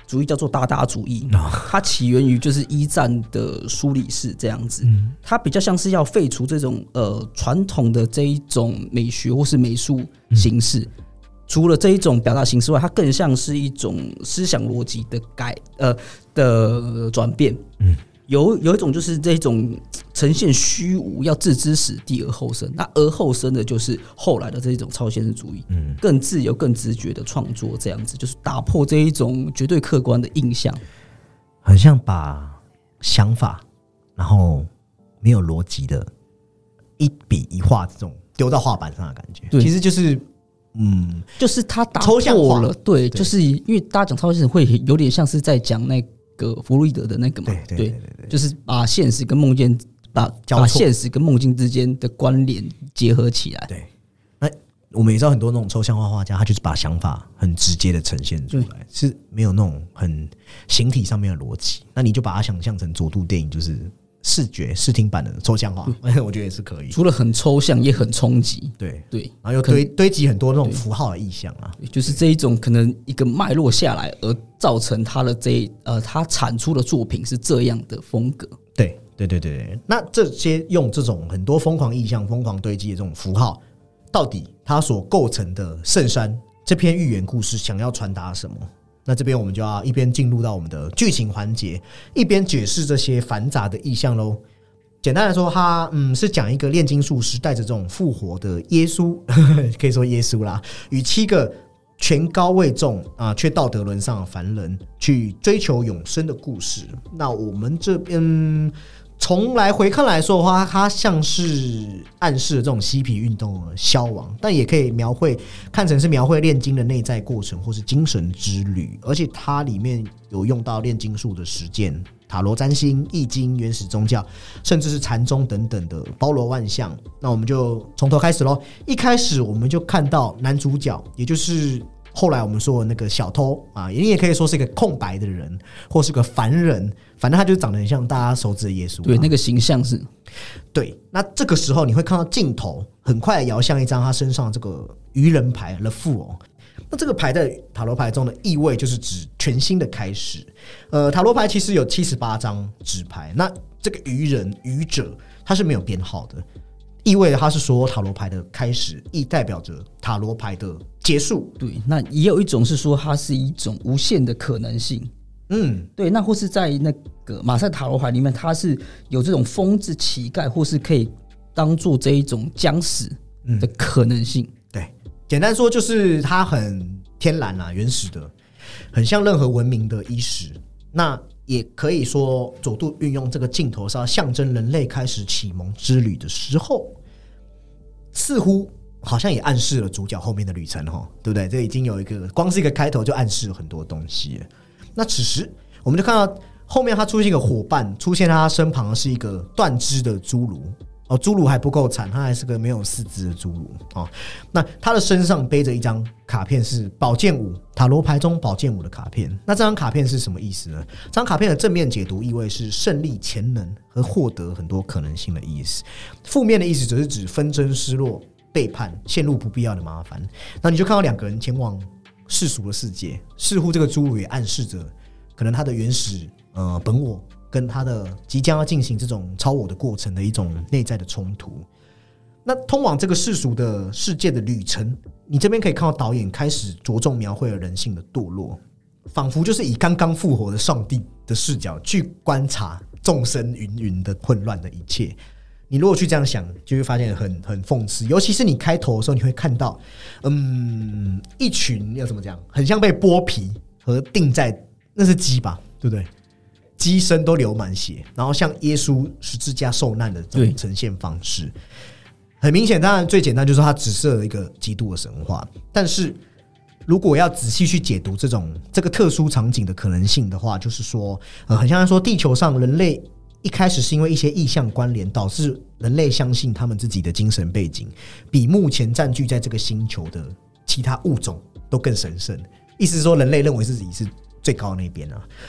主义叫做达达主义，它起源于就是一战的苏黎世这样子，它比较像是要废除这种呃传统的这一种美学或是美术形式。除了这一种表达形式外，它更像是一种思想逻辑的改呃的转变。嗯，有有一种就是这种呈现虚无，要置之死地而后生。那而后生的就是后来的这一种超现实主义，嗯，更自由、更直觉的创作，这样子就是打破这一种绝对客观的印象， 很像把想法，然后没有逻辑的一笔一画这种丢到画板上的感觉，其实就是。嗯， 就是他打破了，对，对，就是因为大家讲超现实会有点像是在讲那个弗洛伊德的那个嘛， 对对对 对, 对, 对， 就是把现实跟梦境把把现实跟梦境之间的关联结合起来。 对，那我们也知道很多那种抽象画画家，他就是把想法很直接的呈现出来，是没有那种很形体上面的逻辑。那你就把它想象成佐渡电影，就是。视觉视听版的抽象化，我觉得也是可以。 除了很抽象，也很冲击。 对对， 然后又堆堆积很多那种符号的意象啊， 就是这一种可能一个脉络下来，而造成他的这一呃他产出的作品是这样的风格。 对对对对对，那这些用这种很多疯狂意象、疯狂堆积的这种符号，到底它所构成的圣山这篇寓言故事想要传达什么？那这边我们就要一边进入到我们的剧情环节，一边解释这些繁杂的意象咯。简单来说，它嗯是讲一个炼金术师带着这种复活的耶稣，可以说耶稣啦，与七个权高位重啊却道德沦丧的凡人去追求永生的故事。那我们这边从来回看来说的话，它像是暗示了这种嬉皮运动的消亡，但也可以描绘看成是描绘炼金的内在过程或是精神之旅。而且它里面有用到炼金术的实践、塔罗占星、易经、原始宗教，甚至是禅宗等等的包罗万象。那我们就从头开始咯。一开始我们就看到男主角，也就是后来我们说的那个小偷啊，你也可以说是一个空白的人，或是个凡人，反正他就长得很像大家熟知的耶稣。 对，那个形象是。 对，那这个时候你会看到镜头很快的摇向一张他身上这个愚人牌 The Fool。那这个牌在塔罗牌中的意味就是指全新的开始。呃，塔罗牌其实有七十八张纸牌，那这个愚人愚者他是没有编号的。意味着它是所有塔罗牌的开始，亦代表着塔罗牌的结束。 对，那也有一种是说它是一种无限的可能性。嗯，对，那或是在那个马赛塔罗牌里面，它是有这种疯子、乞丐，或是可以当做这一种将死的可能性。嗯、 对，简单说就是它很天然啊，原始的，很像任何文明的伊始。那也可以说佐渡运用这个镜头是要象征人类开始启蒙之旅的时候，似乎好像也暗示了主角后面的旅程，对不对？这已经有一个光是一个开头就暗示了很多东西了。那此时我们就看到后面他出现一个伙伴，出现在他身旁的是一个断肢的侏儒。哦，侏儒还不够惨，他还是个没有四肢的侏儒。哦，那他的身上背着一张卡片，是宝剑五塔罗牌中宝剑五的卡片。那这张卡片是什么意思呢？这张卡片的正面解读意味是胜利、潜能和获得很多可能性的意思，负面的意思则是指纷争、失落、背叛、陷入不必要的麻烦。那你就看到两个人前往世俗的世界，似乎这个侏儒也暗示着可能他的原始呃本我跟他的即将要进行这种超我的过程的一种内在的冲突。那通往这个世俗的世界的旅程，你这边可以看到导演开始着重描绘了人性的堕落，仿佛就是以刚刚复活的上帝的视角去观察众生芸芸的混乱的一切。你如果去这样想，就会发现很很讽刺。尤其是你开头的时候，你会看到，嗯，一群要怎么讲，很像被剥皮和钉在，那是鸡吧，对不对？鸡身都流满血，然后像耶稣十字架受难的这种呈现方式，很明显。当然，最简单就是它指涉了一个基督的神话。但是，如果要仔细去解读这种这个特殊场景的可能性的话，就是说，呃，很像说地球上人类一开始是因为一些意象关联，导致人类相信他们自己的精神背景比目前占据在这个星球的其他物种都更神圣。意思是说，人类认为自己是最高的那边啊。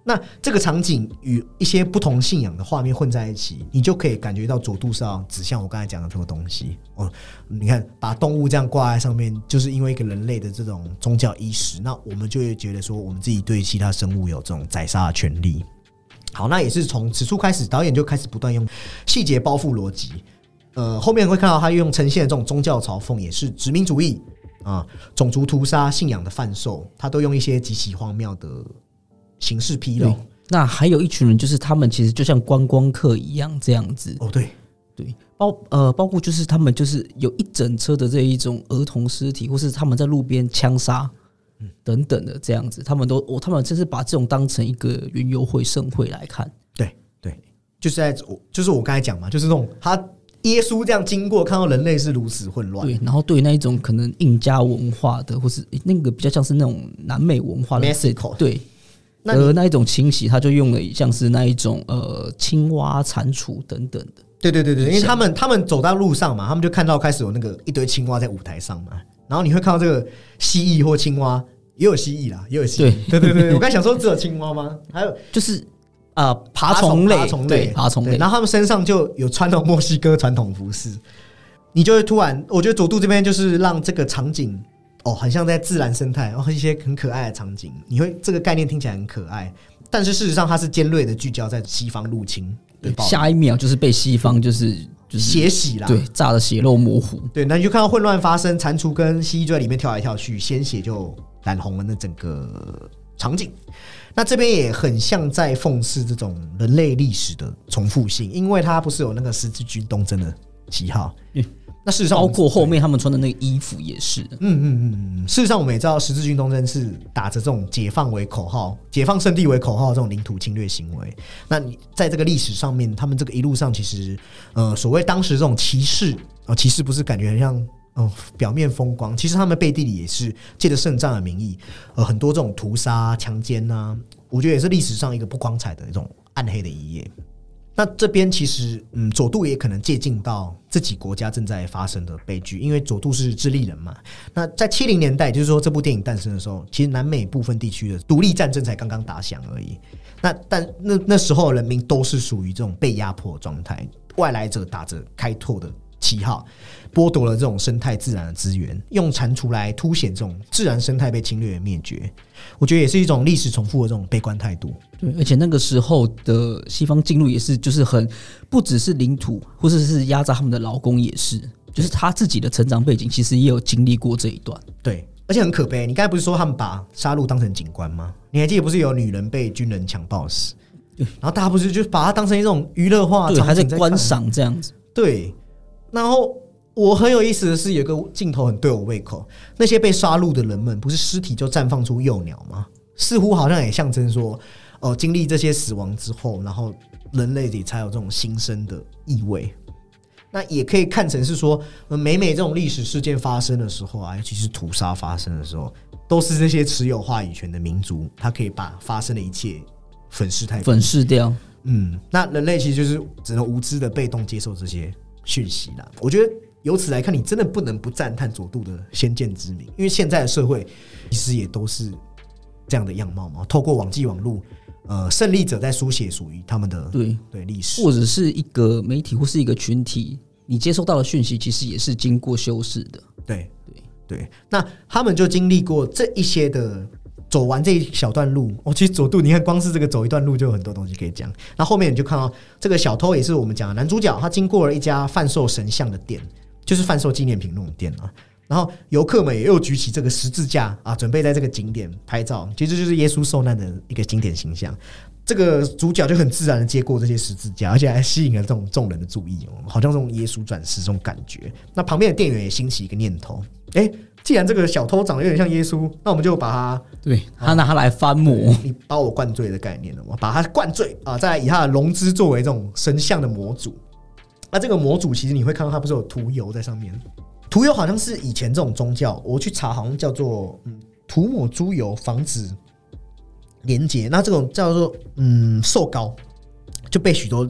那这个场景与一些不同信仰的画面混在一起，你就可以感觉到佐渡是要指向我刚才讲的这个东西哦。你看，把动物这样挂在上面，就是因为一个人类的这种宗教意识，那我们就会觉得说，我们自己对其他生物有这种宰杀的权利。好，那也是从此处开始，导演就开始不断用细节包覆逻辑。呃，后面会看到他用呈现的这种宗教嘲讽，也是殖民主义啊、种族屠杀、信仰的贩售，他都用一些极其荒谬的形式披露。 那还有一群人，就是他们其实就像观光客一样这样子。 哦，对对，包呃包括就是他们就是有一整车的这一种儿童尸体，或是他们在路边枪杀等等的这样子，他们都哦，他们就是把这种当成一个园游会盛会来看。 对对，就是在就是我刚才讲嘛，就是那种他耶稣这样经过，看到人类是如此混乱， 对，然后对那一种可能印加文化的，或是那个比较像是那种南美文化的 Mexico， 对。那而那一种清洗，他就用了像是那一种呃青蛙蟾蜍等等的。 对对对对，因为他们他们走到路上嘛，他们就看到开始有那个一堆青蛙在舞台上嘛，然后你会看到这个蜥蜴或青蛙，也有蜥蜴啦，也有蜥蜴。对对对对，我刚才想说只有青蛙吗？还有就是啊、呃、爬虫类， 爬虫类， 爬虫类。 然后他们身上就有穿那种墨西哥传统服饰，你就会突然，我觉得佐渡这边就是让这个场景。哦，很像在自然生态，然后一些很可爱的场景，你会这个概念听起来很可爱，但是事实上它是尖锐的聚焦在西方入侵， 下一秒就是被西方就是就是血洗啦， 对，炸的血肉模糊， 对，那你就看到混乱发生，蟾蜍跟蜥蜴就在里面跳来跳去，鲜血就染红了那整个场景。那这边也很像在讽刺这种人类历史的重复性，因为它不是有那个十字军东征的旗号。嗯，那事实上包括后面他们穿的那个衣服也是。 嗯嗯嗯嗯，事实上我们也知道十字军东征是打着这种解放为口号、解放圣地为口号这种领土侵略行为。那你在这个历史上面，他们这个一路上其实呃，所谓当时这种歧视啊，歧视不是感觉很像呃表面风光，其实他们背地里也是借着圣战的名义，呃，很多这种屠杀、强奸啊，我觉得也是历史上一个不光彩的一种暗黑的一页。那这边其实，嗯，佐渡也可能借鉴到自己国家正在发生的悲剧，因为佐渡是智利人嘛。那在七零年代，也就是说这部电影诞生的时候，其实南美部分地区的独立战争才刚刚打响而已。那但那那时候的人民都是属于这种被压迫的状态，外来者打着开拓的旗号，剥夺了这种生态自然的资源，用蟾蜍来凸显这种自然生态被侵略的灭绝。我觉得也是一种历史重复的这种悲观态度。 对，而且那个时候的西方进入也是，就是很不只是领土，或者是压榨他们的劳工，也是，就是他自己的成长背景其实也有经历过这一段。 对，而且很可悲。你刚才不是说他们把杀戮当成景观吗？你还记得不是有女人被军人强暴死？对，然后大家不是就把它当成一种娱乐化， 对，还在观赏这样子。 对，然后我很有意思的是，有一个镜头很对我胃口，那些被杀戮的人们，不是尸体就绽放出幼鸟吗？似乎好像也象征说，哦，经历这些死亡之后，然后人类里才有这种新生的意味。那也可以看成是说，每每这种历史事件发生的时候啊，尤其是屠杀发生的时候，都是这些持有话语权的民族，他可以把发生的一切粉饰太平， 粉饰掉。 嗯，那人类其实就是只能无知的被动接受这些讯息啦。我觉得由此来看，你真的不能不赞叹佐渡的先见之明，因为现在的社会其实也都是这样的样貌嘛。透过网际网络，呃，胜利者在书写属于他们的对对历史， 或者是一个媒体或是一个群体，你接收到的讯息其实也是经过修饰的。 对对对，那他们就经历过这一些的。走完这一小段路，哦，其实佐渡，你看光是这个走一段路就有很多东西可以讲。那后面你就看到这个小偷也是我们讲的男主角，他经过了一家贩售神像的店，就是贩售纪念品那种店啊。然后游客们也又举起这个十字架啊，准备在这个景点拍照，其实就是耶稣受难的一个经典形象。这个主角就很自然的接过这些十字架，而且还吸引了这种众人的注意哦，好像这种耶稣转世这种感觉。那旁边的店员也兴起一个念头，哎、欸。既然这个小偷长得有点像耶稣，那我们就把他对他拿他来翻模， 你把我灌醉的概念了，我把他灌醉啊，再来以他的龙姿作为这种神像的模组。那这个模组其实你会看到它不是有涂油在上面，涂油好像是以前这种宗教，我去查好像叫做嗯涂抹猪油防止连结，那这种叫做嗯受膏，就被许多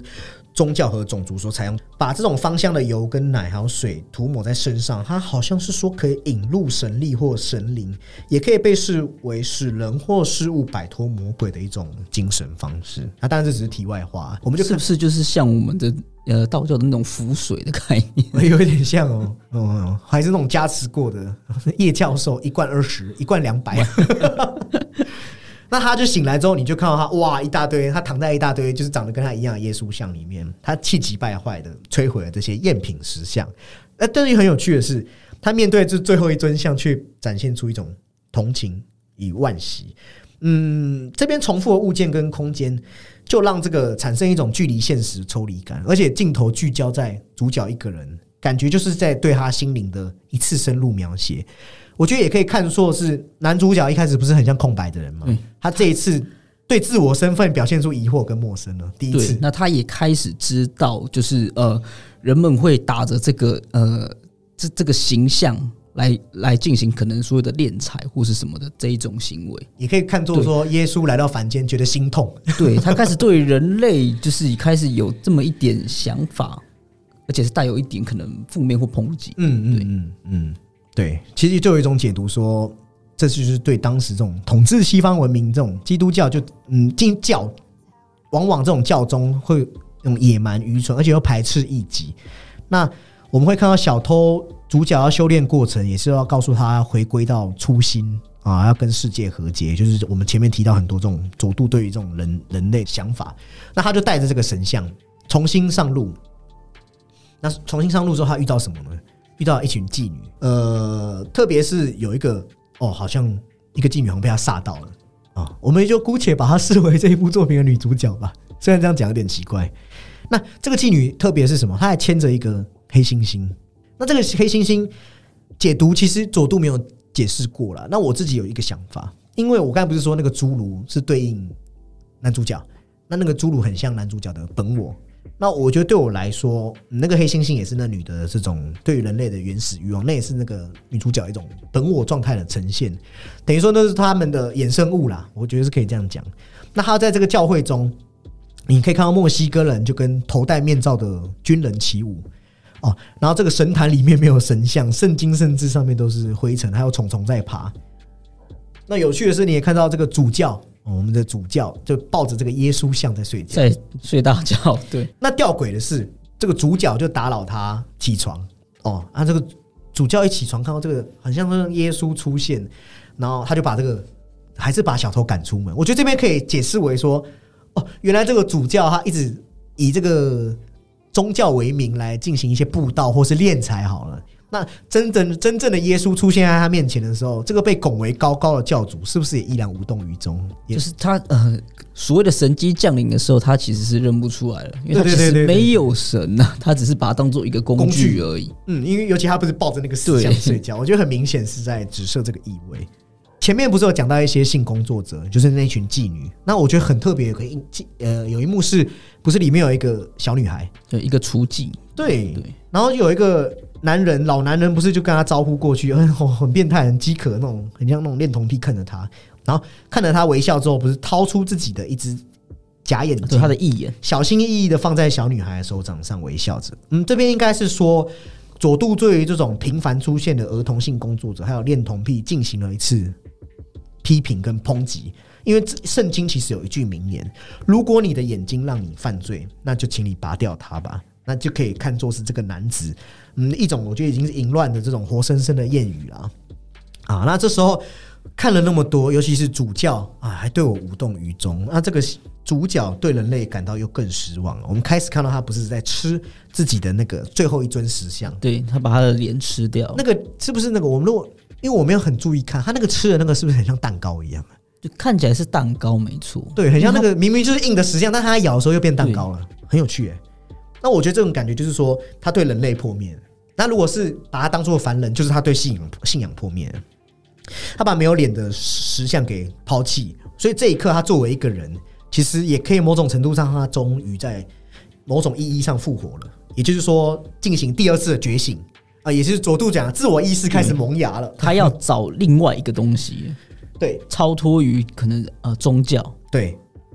宗教和种族所采用，把这种芳香的油跟奶还有水涂抹在身上，它好像是说可以引入神力或神灵，也可以被视为使人或事物摆脱魔鬼的一种精神方式。那当然这只是题外话，我们就是不是就是像我们的呃道教的那种符水的概念， 有一点像哦，哦还是那种加持过的叶教授，一罐二十，一罐两百。那他就醒来之后，你就看到他哇一大堆，他躺在一大堆就是长得跟他一样的耶稣像里面，他气急败坏的摧毁了这些赝品石像。那但是很有趣的是，他面对这最后一尊像，却展现出一种同情与惋惜。嗯，这边重复的物件跟空间，就让这个产生一种距离现实抽离感，而且镜头聚焦在主角一个人，感觉就是在对他心灵的一次深入描写。我觉得也可以看作是男主角一开始不是很像空白的人吗？嗯、他这一次对自我身份表现出疑惑跟陌生了。第一次， 那他也开始知道，就是呃，人们会打着这个呃这这个形象来来进行可能所有的敛财或是什么的这一种行为， 也可以看作说耶稣来到凡间觉得心痛， 对他开始对人类就是开始有这么一点想法，而且是带有一点可能负面或抨击。 嗯嗯嗯嗯。对，其实就有一种解读说，这就是对当时这种统治西方文明这种基督教就嗯进教，往往这种教宗会那种野蛮愚蠢，而且又排斥异己。那我们会看到小偷主角要修炼过程，也是要告诉他回归到初心啊，要跟世界和解，就是我们前面提到很多这种佐渡对于这种人人类想法。那他就带着这个神像重新上路。那重新上路之后，他遇到什么呢？遇到一群妓女，呃，特别是有一个哦，好像一个妓女好像被他煞到了啊、哦，我们就姑且把她视为这一部作品的女主角吧。虽然这样讲有点奇怪。那这个妓女特别是什么？她还牵着一个黑猩猩。那这个黑猩猩解读其实佐渡没有解释过啦。那我自己有一个想法，因为我刚才不是说那个侏儒是对应男主角，那那个侏儒很像男主角的本我。那我觉得对我来说，那个黑猩猩也是那女的这种对于人类的原始欲望，那也是那个女主角一种本我状态的呈现，等于说那是他们的衍生物啦，我觉得是可以这样讲。那他在这个教会中，你可以看到墨西哥人就跟头戴面罩的军人起舞哦，然后这个神坛里面没有神像，圣经甚至上面都是灰尘，还有虫虫在爬。那有趣的是，你也看到这个主教。哦、我们的主教就抱着这个耶稣像在睡觉， 在睡大觉。对， 那吊诡的是，这个主角就打扰他起床。哦，啊，这个主教一起床看到这个，很像是耶稣出现，然后他就把这个还是把小偷赶出门。我觉得这边可以解释为说，哦，原来这个主教他一直以这个宗教为名来进行一些布道或是敛财好了。那真正真正的耶稣出现在他面前的时候，这个被拱为高高的教主是不是也依然无动于衷？ 就是他呃所谓的神机降临的时候，他其实是认不出来了，因为他其实没有神呐、啊，他只是把它当做一个工具而已。 嗯，因为尤其他不是抱着那个石像睡觉，我觉得很明显是在指涉这个意味。前面不是有讲到一些性工作者，就是那群妓女。那我觉得很特别，有个呃有一幕是不是里面有一个小女孩， 对，一个雏妓， 对对，然后有一个。男人老男人不是就跟他招呼过去，很很变态很饥渴那种，很像那种恋童癖看着他，然后看着他微笑之后，不是掏出自己的一只假眼睛， 对他的义眼， 小心翼翼的放在小女孩的手掌上微笑着。嗯，这边应该是说佐渡对于这种频繁出现的儿童性工作者还有恋童癖进行了一次批评跟抨击。因为圣经其实有一句名言：如果你的眼睛让你犯罪，那就请你拔掉它吧。那就可以看作是这个男子，嗯，一种我觉得已经是淫乱的这种活生生的谚语啦。啊，那这时候看了那么多，尤其是主教啊，还对我无动于衷。那这个主角对人类感到又更失望了。我们开始看到他不是在吃自己的那个最后一尊石像， 对他把他的脸吃掉。 那个是不是那个？我们如果因为我没有很注意看，他那个吃的那个是不是很像蛋糕一样？ 就看起来是蛋糕，没错。 对，很像那个明明就是硬的石像，但他咬的时候又变蛋糕了，很有趣耶、欸。那我觉得这种感觉就是说，他对人类破灭。那如果是把他当作凡人，就是他对信仰信仰破灭。他把没有脸的石像给抛弃，所以这一刻他作为一个人，其实也可以某种程度上，他终于在某种意义上复活了。也就是说，进行第二次的觉醒啊，也就是佐渡讲自我意识开始萌芽了。 他要找另外一个东西， 对， 超脱于可能呃宗教， 对。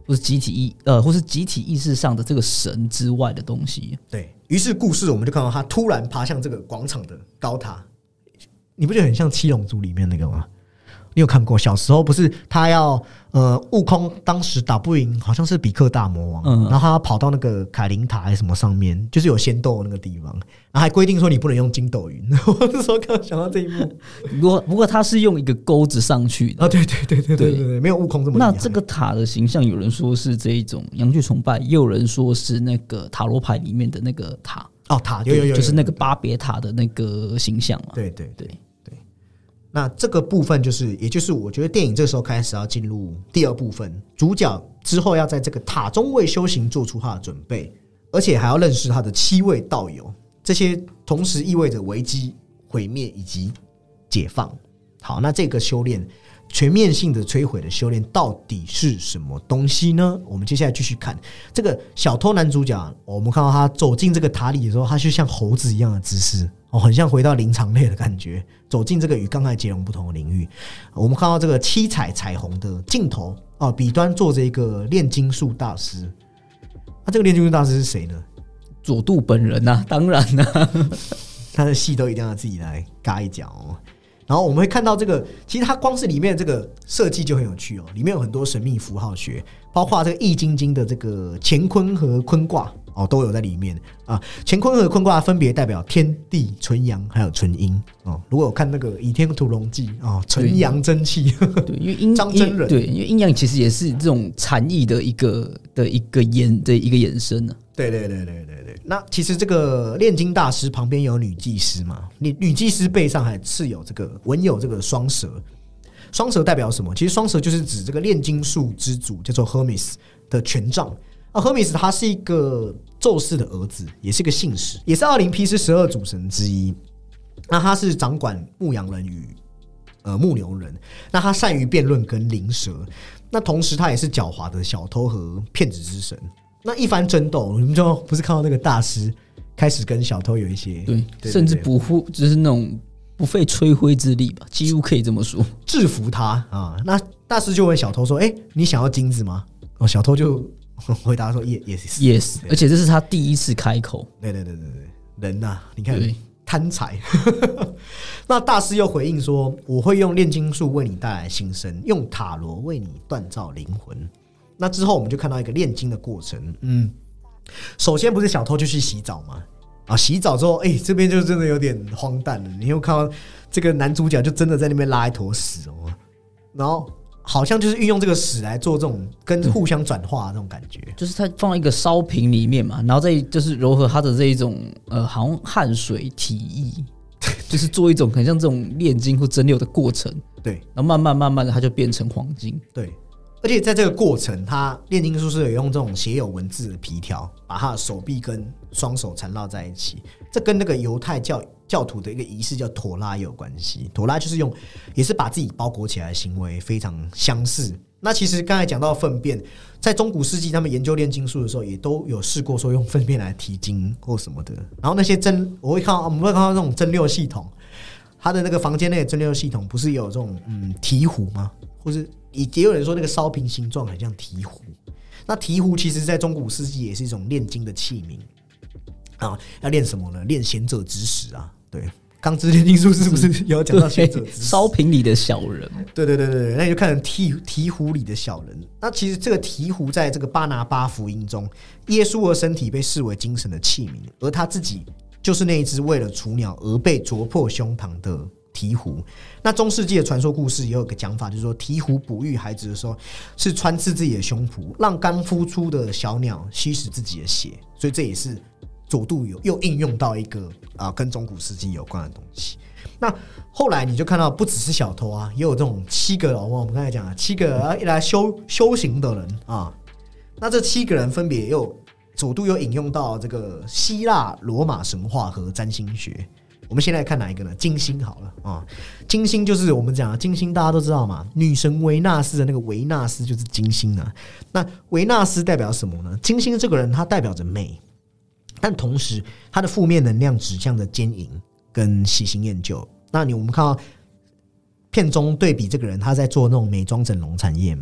或是集体意呃，或是集体意识上的这个神之外的东西。 对，于是故事我们就看到他突然爬向这个广场的高塔，你不觉得很像七龙珠里面那个吗？你有看过？小时候不是他要呃，悟空当时打不赢，好像是比克大魔王，嗯、然后他要跑到那个凯灵塔还是什么上面，就是有仙豆的那个地方，然后还规定说你不能用筋斗云。我那时候刚想到这一幕， 不过不过他是用一个钩子上去的啊，对对对对对对对，没有悟空这么厉害。 那这个塔的形象，有人说是这一种阳具崇拜，也有人说是那个塔罗牌里面的那个塔。 哦，塔有有 有, 有, 有， 就是那个巴别塔的那个形象嘛。 对对对。那这个部分就是，也就是我觉得电影这时候开始要进入第二部分，主角之后要在这个塔中为修行做出他的准备，而且还要认识他的七位道友，这些同时意味着危机、毁灭以及解放。好，那这个修炼全面性的摧毁的修炼到底是什么东西呢？我们接下来继续看这个小偷男主角，我们看到他走进这个塔里的时候，他就像猴子一样的姿势，哦，很像回到灵长类的感觉，走进这个与刚才截然不同的领域。我们看到这个七彩彩虹的镜头，哦，彼端坐着一个炼金术大师。那、啊、这个炼金术大师是谁呢？ 佐渡本人啊，当然啊， 他的戏都一定要自己来嘎一脚哦。然后我们会看到这个，其实它光是里面的这个设计就很有趣哦，里面有很多神秘符号学，包括这个易筋经的这个乾坤和坤卦哦，都有在里面啊。乾坤和坤卦分别代表天地、纯阳还有纯阴哦。如果有看那个《倚天屠龙记》哦，纯阳真气， 对，因为阴张真人， 对，因为阴阳其实也是这种禅意的一个的一个延的一个延伸呢、啊。 对对对对对对，那其实这个炼金大师旁边有女技师嘛，女女技师背上还刺有这个纹有这个双蛇，双蛇代表什么？其实双蛇就是指这个炼金术之主叫做 Hermes 的权杖。啊 ，Hermes 他是一个宙斯的儿子，也是个信使，也是奥林匹斯十二主神之一。那他是掌管牧羊人与呃牧牛人，那他善于辩论跟灵蛇，那同时他也是狡猾的小偷和骗子之神。那一番争斗，你们就不是看到那个大师开始跟小偷有一些对, 对, 对, 对，甚至不负就是那种不费吹灰之力吧，几乎可以这么说， 制服他啊。那大师就问小偷说：“哎、欸，你想要金子吗？”哦，小偷就回答说 ：“Yes, yes, yes。”而且这是他第一次开口。 对对对对对，人呐、啊，你看贪财。那大师又回应说：“我会用炼金术为你带来新生，用塔罗为你锻造灵魂。”那之后我们就看到一个炼金的过程，嗯，首先不是小偷就去洗澡嘛，啊，洗澡之后，哎、欸，这边就真的有点荒诞了。你又看到这个男主角就真的在那边拉一坨屎哦，然后好像就是运用这个屎来做这种跟互相转化的这种感觉， 就是他放在一个烧瓶里面嘛，然后再就是柔和他的这一种呃，好像汗水体液，就是做一种很像这种炼金或蒸馏的过程， 对， 然后慢慢慢慢的它就变成黄金， 对。而且在这个过程，他炼金术士有用这种写有文字的皮条，把他的手臂跟双手缠绕在一起。这跟那个犹太教教徒的一个仪式叫妥拉也有关系。妥拉就是用，也是把自己包裹起来的行为，非常相似。那其实刚才讲到粪便，在中古世纪他们研究炼金术的时候，也都有试过说用粪便来提金或什么的。然后那些蒸，我会看到，我们会看到那种蒸馏系统，他的那个房间内的蒸馏系统不是有这种嗯提壶吗？或是也有人说那个烧瓶形状很像提壶，那提壶其实在中古世纪也是一种炼金的器皿啊。要炼什么呢？炼贤者之石啊。对，钢之炼金术是不是有讲到贤者之石？ 烧瓶里的小人。 对对对对，那你就看成提提壶里的小人。那其实这个提壶在这个巴拿巴福音中，耶稣的身体被视为精神的器皿，而他自己就是那一只为了雏鸟而被啄破胸膛的鹈鹕。那中世纪的传说故事也有一个讲法，就是说鹈鹕哺育孩子的时候是穿刺自己的胸脯，让刚孵出的小鸟吸食自己的血，所以这也是佐渡有又应用到一个、呃、跟中古世纪有关的东西。那后来你就看到不只是小偷啊，也有这种七个我们刚才讲七个来修修行的人啊。那这七个人分别又佐渡又引用到这个希腊罗马神话和占星学。我们先来看哪一个呢？金星好了啊，金星就是我们讲的金星，大家都知道嘛，女神维纳斯的那个维纳斯就是金星啊。那维纳斯代表什么呢？金星这个人他代表着美，但同时他的负面能量指向着奸淫跟喜新厌旧。那你我们看到片中对比这个人，他在做那种美妆整容产业嘛，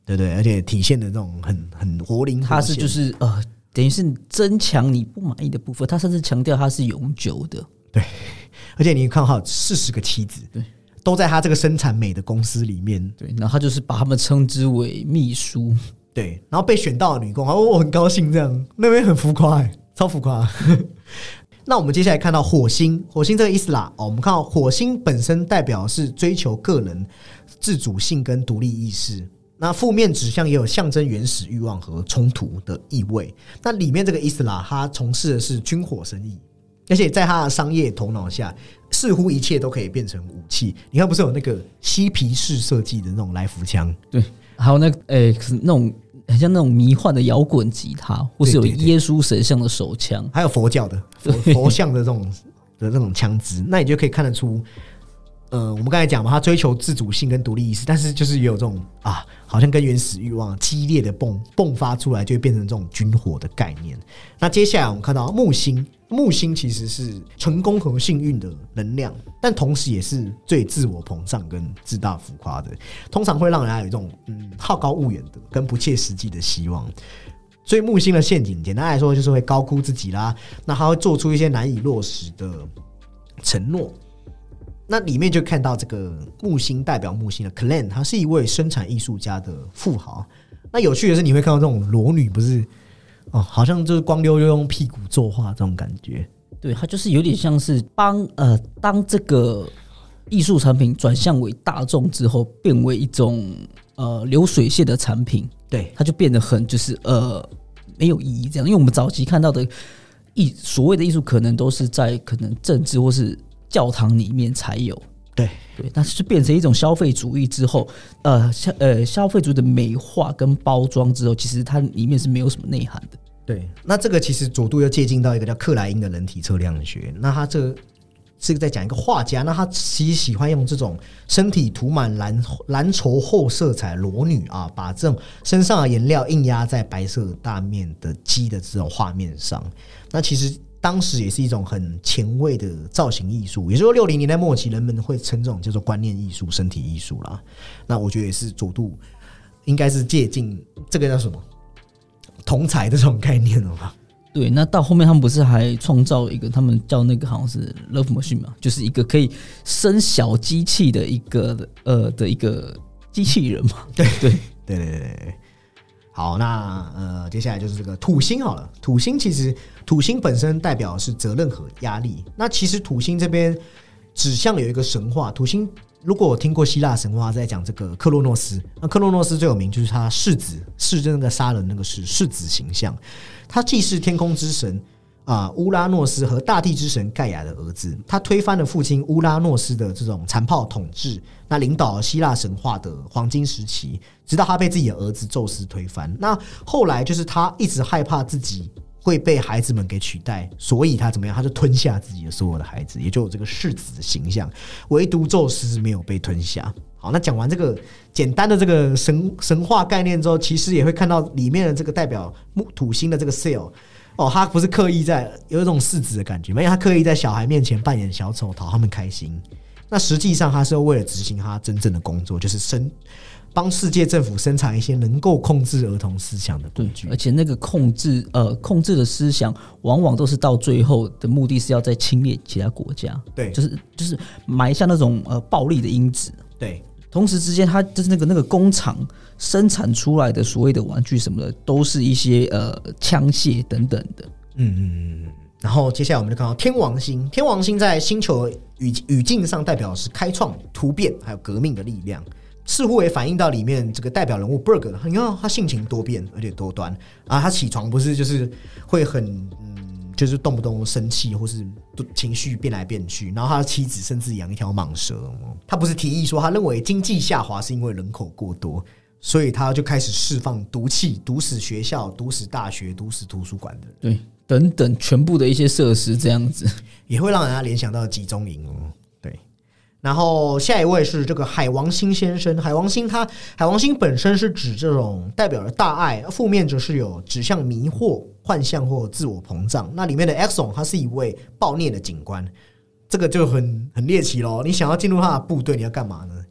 对对，而且体现的这种很很活灵活现， 它是就是呃，等于是增强你不满意的部分，它甚至强调它是永久的。 对，而且你看哈，四十个妻子，对，都在他这个生产美的公司里面， 对，然后他就是把他们称之为秘书， 对，然后被选到的女工，哦，我很高兴，这样那边很浮夸，哎，超浮夸。那我们接下来看到火星，火星这个伊斯拉，哦，我们看到火星本身代表是追求个人自主性跟独立意识。那负面指向也有象征原始欲望和冲突的意味。那里面这个伊斯拉，他从事的是军火生意，而且在他的商业头脑下，似乎一切都可以变成武器。你看，不是有那个嬉皮士设计的那种来福枪？ 对，还有那个诶、欸，那种很像那种迷幻的摇滚吉他，或是有耶稣神像的手枪， 还有佛教的 佛, 佛像的这种的这种枪支，那你就可以看得出。呃，我们刚才讲嘛，他追求自主性跟独立意识，但是就是也有这种啊，好像跟原始欲望激烈的迸迸发出来，就会变成这种军火的概念。那接下来我们看到木星，木星其实是成功和幸运的能量，但同时也是最自我膨胀跟自大浮夸的，通常会让人家有一种嗯好高骛远的跟不切实际的希望。所以木星的陷阱，简单来说就是会高估自己啦，那他会做出一些难以落实的承诺。那里面就看到这个木星代表木星的 Clan， 他是一位生产艺术家的富豪。那有趣的是，你会看到这种裸女，不是哦，好像就是光溜溜用屁股作画这种感觉。 对，他就是有点像是帮呃，当这个艺术产品转向为大众之后，变为一种呃流水线的产品， 对， 它就变得很就是呃没有意义这样。因为我们早期看到的艺所谓的艺术，可能都是在可能政治或是教堂里面才有， 对对，但是变成一种消费主义之后，呃消呃消费主义的美化跟包装之后，其实它里面是没有什么内涵的。 对，那这个其实佐杜又接近到一个叫克莱因的人体测量学，那他这个是在讲一个画家，那他其实喜欢用这种身体涂满蓝蓝稠厚色彩裸女啊，把这种身上的颜料硬压在白色大面的鸡的这种画面上，那其实当时也是一种很前卫的造型艺术，也就是说六零年代末期人们会称这种叫做观念艺术、身体艺术啦。那我觉得也是佐杜应该是借鉴这个叫什么同彩的这种概念了吧？ 对，那到后面他们不是还创造一个，他们叫那个好像是 Love Machine 嘛，就是一个可以生小机器的一个呃的一个机器人嘛？ 对对对对对对。好，那呃，接下来就是这个土星好了。土星其实土星本身代表的是责任和压力。那其实土星这边指向有一个神话，土星如果我听过希腊神话，在讲这个克洛诺斯，那克洛诺斯最有名就是他弑子，弑就那个杀人那个弑，弑子形象。他既是天空之神啊、呃、乌拉诺斯和大地之神盖亚的儿子，他推翻了父亲乌拉诺斯的这种残暴统治，那领导了希腊神话的黄金时期，直到他被自己的儿子宙斯推翻。那后来就是他一直害怕自己会被孩子们给取代，所以他怎么样？他就吞下自己的所有的孩子，也就有这个弑子的形象。唯独宙斯没有被吞下。好，那讲完这个简单的这个 神, 神话概念之后，其实也会看到里面的这个代表土星的这个 Cell。哦，他不是刻意在有一种弑子的感觉，因为他刻意在小孩面前扮演小丑，讨他们开心。那实际上他是为了执行他真正的工作，就是生帮世界政府生产一些能够控制儿童思想的工具。 而且那个控制呃控制的思想，往往都是到最后的目的是要在侵略其他国家， 对， 就是就是埋下那种呃暴力的因子。 对， 同时之间，它就是那个那个工厂生产出来的所谓的玩具什么的，都是一些呃枪械等等的。 嗯嗯嗯。然后接下来我们就看到天王星，天王星在星球语语境上代表的是开创、突变还有革命的力量，似乎也反映到里面这个代表人物 Berg， 你看他性情多变而且多端啊，他起床不是就是会很嗯，就是动不动生气或是情绪变来变去，然后他的妻子甚至养一条蟒蛇。他不是提议说他认为经济下滑是因为人口过多，所以他就开始释放毒气，毒死学校、毒死大学、毒死图书馆的人， 对，等等全部的一些设施这样子， 也会让人家联想到集中营哦。对，然后下一位是这个海王星先生。海王星它海王星本身是指这种代表了大爱，负面则是有指向迷惑、幻象或自我膨胀。那里面的 Exxon 他是一位暴虐的警官，这个就很很猎奇咯。你想要进入他的部队，你要干嘛呢？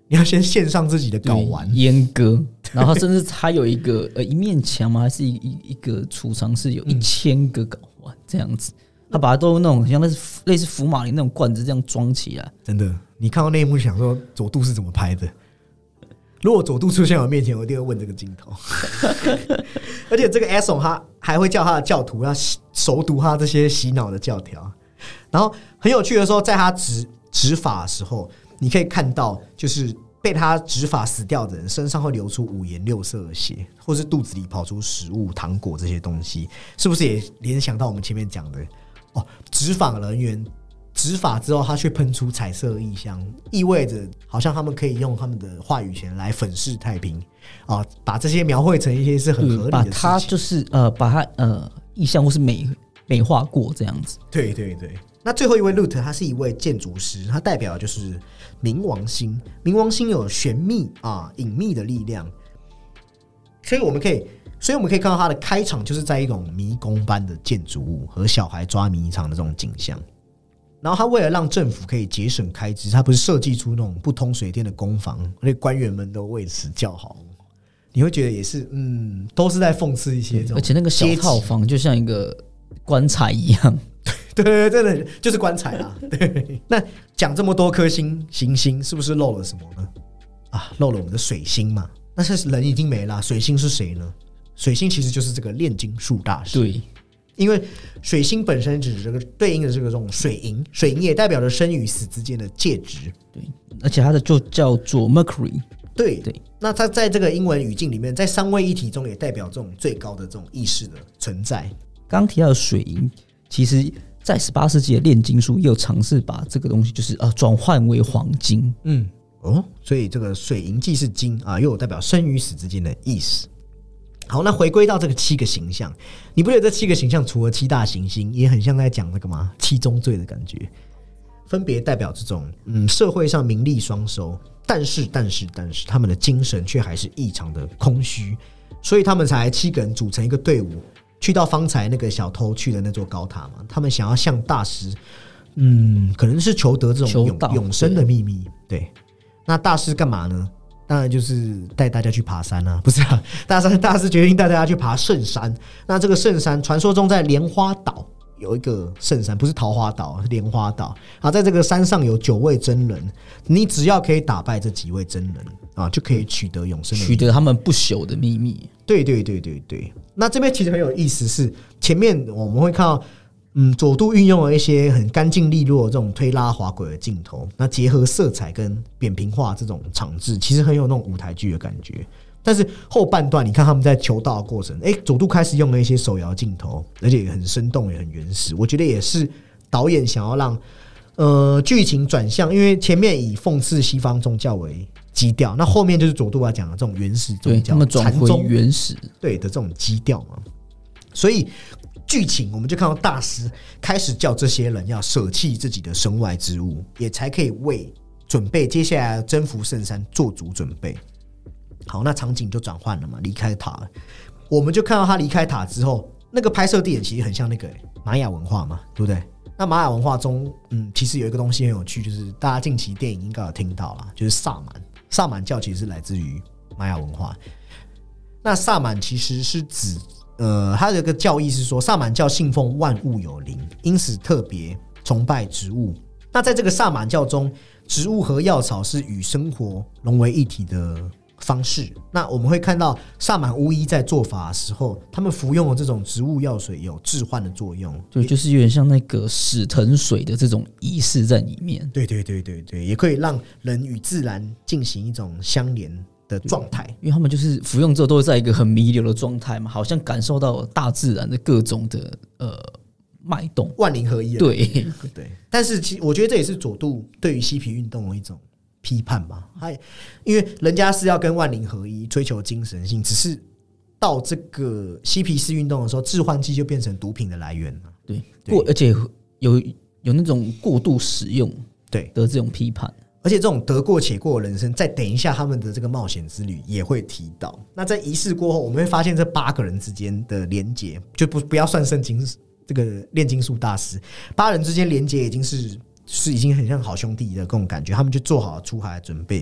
你要先献上自己的睾丸， 阉割，然后甚至他有一个呃一面墙吗？还是一一个储藏室有一千个睾丸这样子，他把它都那种像类似类似福马林那种罐子这样装起来。 真的，你看到那一幕想说佐渡是怎么拍的？如果佐渡出现在我面前，我一定会问这个镜头。而且这个 Ason 他还会叫他的教徒要熟读他这些洗脑的教条。然后很有趣的时候，在他执执法的时候，你可以看到，就是被他执法死掉的人身上会流出五颜六色的血，或是肚子里跑出食物、糖果这些东西，是不是也联想到我们前面讲的？哦，执法人员执法之后，他却喷出彩色意象，意味着好像他们可以用他们的话语权来粉饰太平啊，把这些描绘成一些是很合理的事情， 把它就是呃，把它呃意象或是美美化过这样子。 对对对。那最后一位 Lut 他是一位建筑师，他代表的就是冥王星。冥王星有玄秘啊、隐秘的力量，所以我们可以，所以我们可以看到他的开场就是在一种迷宫般的建筑物和小孩抓迷藏的这种景象。然后他为了让政府可以节省开支，他不是设计出那种不通水电的工坊，而且官员们都为此叫好。你会觉得也是，嗯，都是在讽刺一些这种， 而且那个小套房就像一个棺材一样。 对对对，真的就是棺材啦。对，那讲这么多颗星行星，是不是漏了什么呢？啊，漏了我们的水星嘛。那是人已经没了，水星是谁呢？水星其实就是这个炼金术大师。 对， 因为水星本身只是这个对应的这个这种水银，水银也代表着生与死之间的介质。 对，而且它的就叫做 Mercury。 对对，那它在这个英文语境里面，在三位一体中也代表这种最高的这种意识的存在。 刚刚提到的水银，其实在十八世纪的炼金术也有尝试把这个东西就是呃转换为黄金。 嗯，哦，所以这个水银既是金啊，又有代表生与死之间的意思。好，那回归到这个七个形象，你不觉得这七个形象除了七大行星，也很像在讲那个吗？七宗罪的感觉，分别代表这种嗯社会上名利双收，但是但是但是他们的精神却还是异常的空虚，所以他们才七个人组成一个队伍，去到方才那个小偷去的那座高塔嘛。他们想要向大师，嗯，可能是求得这种 永, 永生的秘密。对，那大师干嘛呢？当然就是带大家去爬山啊，不是啊？大师大师决定带大家去爬圣山。那这个圣山，传说中在莲花岛有一个圣山，不是桃花岛，是莲花岛啊。在这个山上有九位真人，你只要可以打败这几位真人啊，就可以取得永生的秘密， 取得他们不朽的秘密。 对对对对对。那这边其实很有意思是，前面我们会看到。嗯，佐渡运用了一些很干净利落的这种推拉滑轨的镜头，那结合色彩跟扁平化这种场质，其实很有那种舞台剧的感觉。但是后半段，你看他们在求道的过程，哎，佐渡开始用了一些手摇镜头，而且也很生动，也很原始。我觉得也是导演想要让呃剧情转向，因为前面以讽刺西方宗教为基调，那后面就是佐渡要讲的这种原始宗教， 他们转回原始对的这种基调嘛，所以。剧情我们就看到大师开始叫这些人要舍弃自己的身外之物，也才可以为准备接下来征服圣山做足准备。好，那场景就转换了嘛，离开塔了。我们就看到他离开塔之后，那个拍摄地点其实很像那个玛雅文化嘛，对不对？那玛雅文化中，嗯，其实有一个东西很有趣，就是大家近期电影应该有听到啦，就是萨满。萨满教其实是来自于玛雅文化。那萨满其实是指。呃，他有一个教义是说，萨满教信奉万物有灵，因此特别崇拜植物。那在这个萨满教中，植物和药草是与生活融为一体的方式。那我们会看到萨满巫医在做法的时候，他们服用的这种植物药水有致幻的作用， 对，就是有点像那个死藤水的这种仪式在里面。 对对对对对，也可以让人与自然进行一种相连。的状态， 因为他们就是服用之后都会在一个很弥留的状态嘛，好像感受到大自然的各种的呃脉动， 万灵合一。 对对，但是其实我觉得这也是佐渡对于嬉皮运动的一种批判吧。因为人家是要跟万灵合一，追求精神性，只是到这个嬉皮士运动的时候，致幻剂就变成毒品的来源了。 对，过而且有有那种过度使用对的这种批判。 而且这种得过且过的人生，再等一下他们的这个冒险之旅也会提到。那在仪式过后，我们会发现这八个人之间的连结，就不不要算圣经这个炼金术大师，八人之间连结已经是是已经很像好兄弟的这种感觉，他们就做好了出海的准备。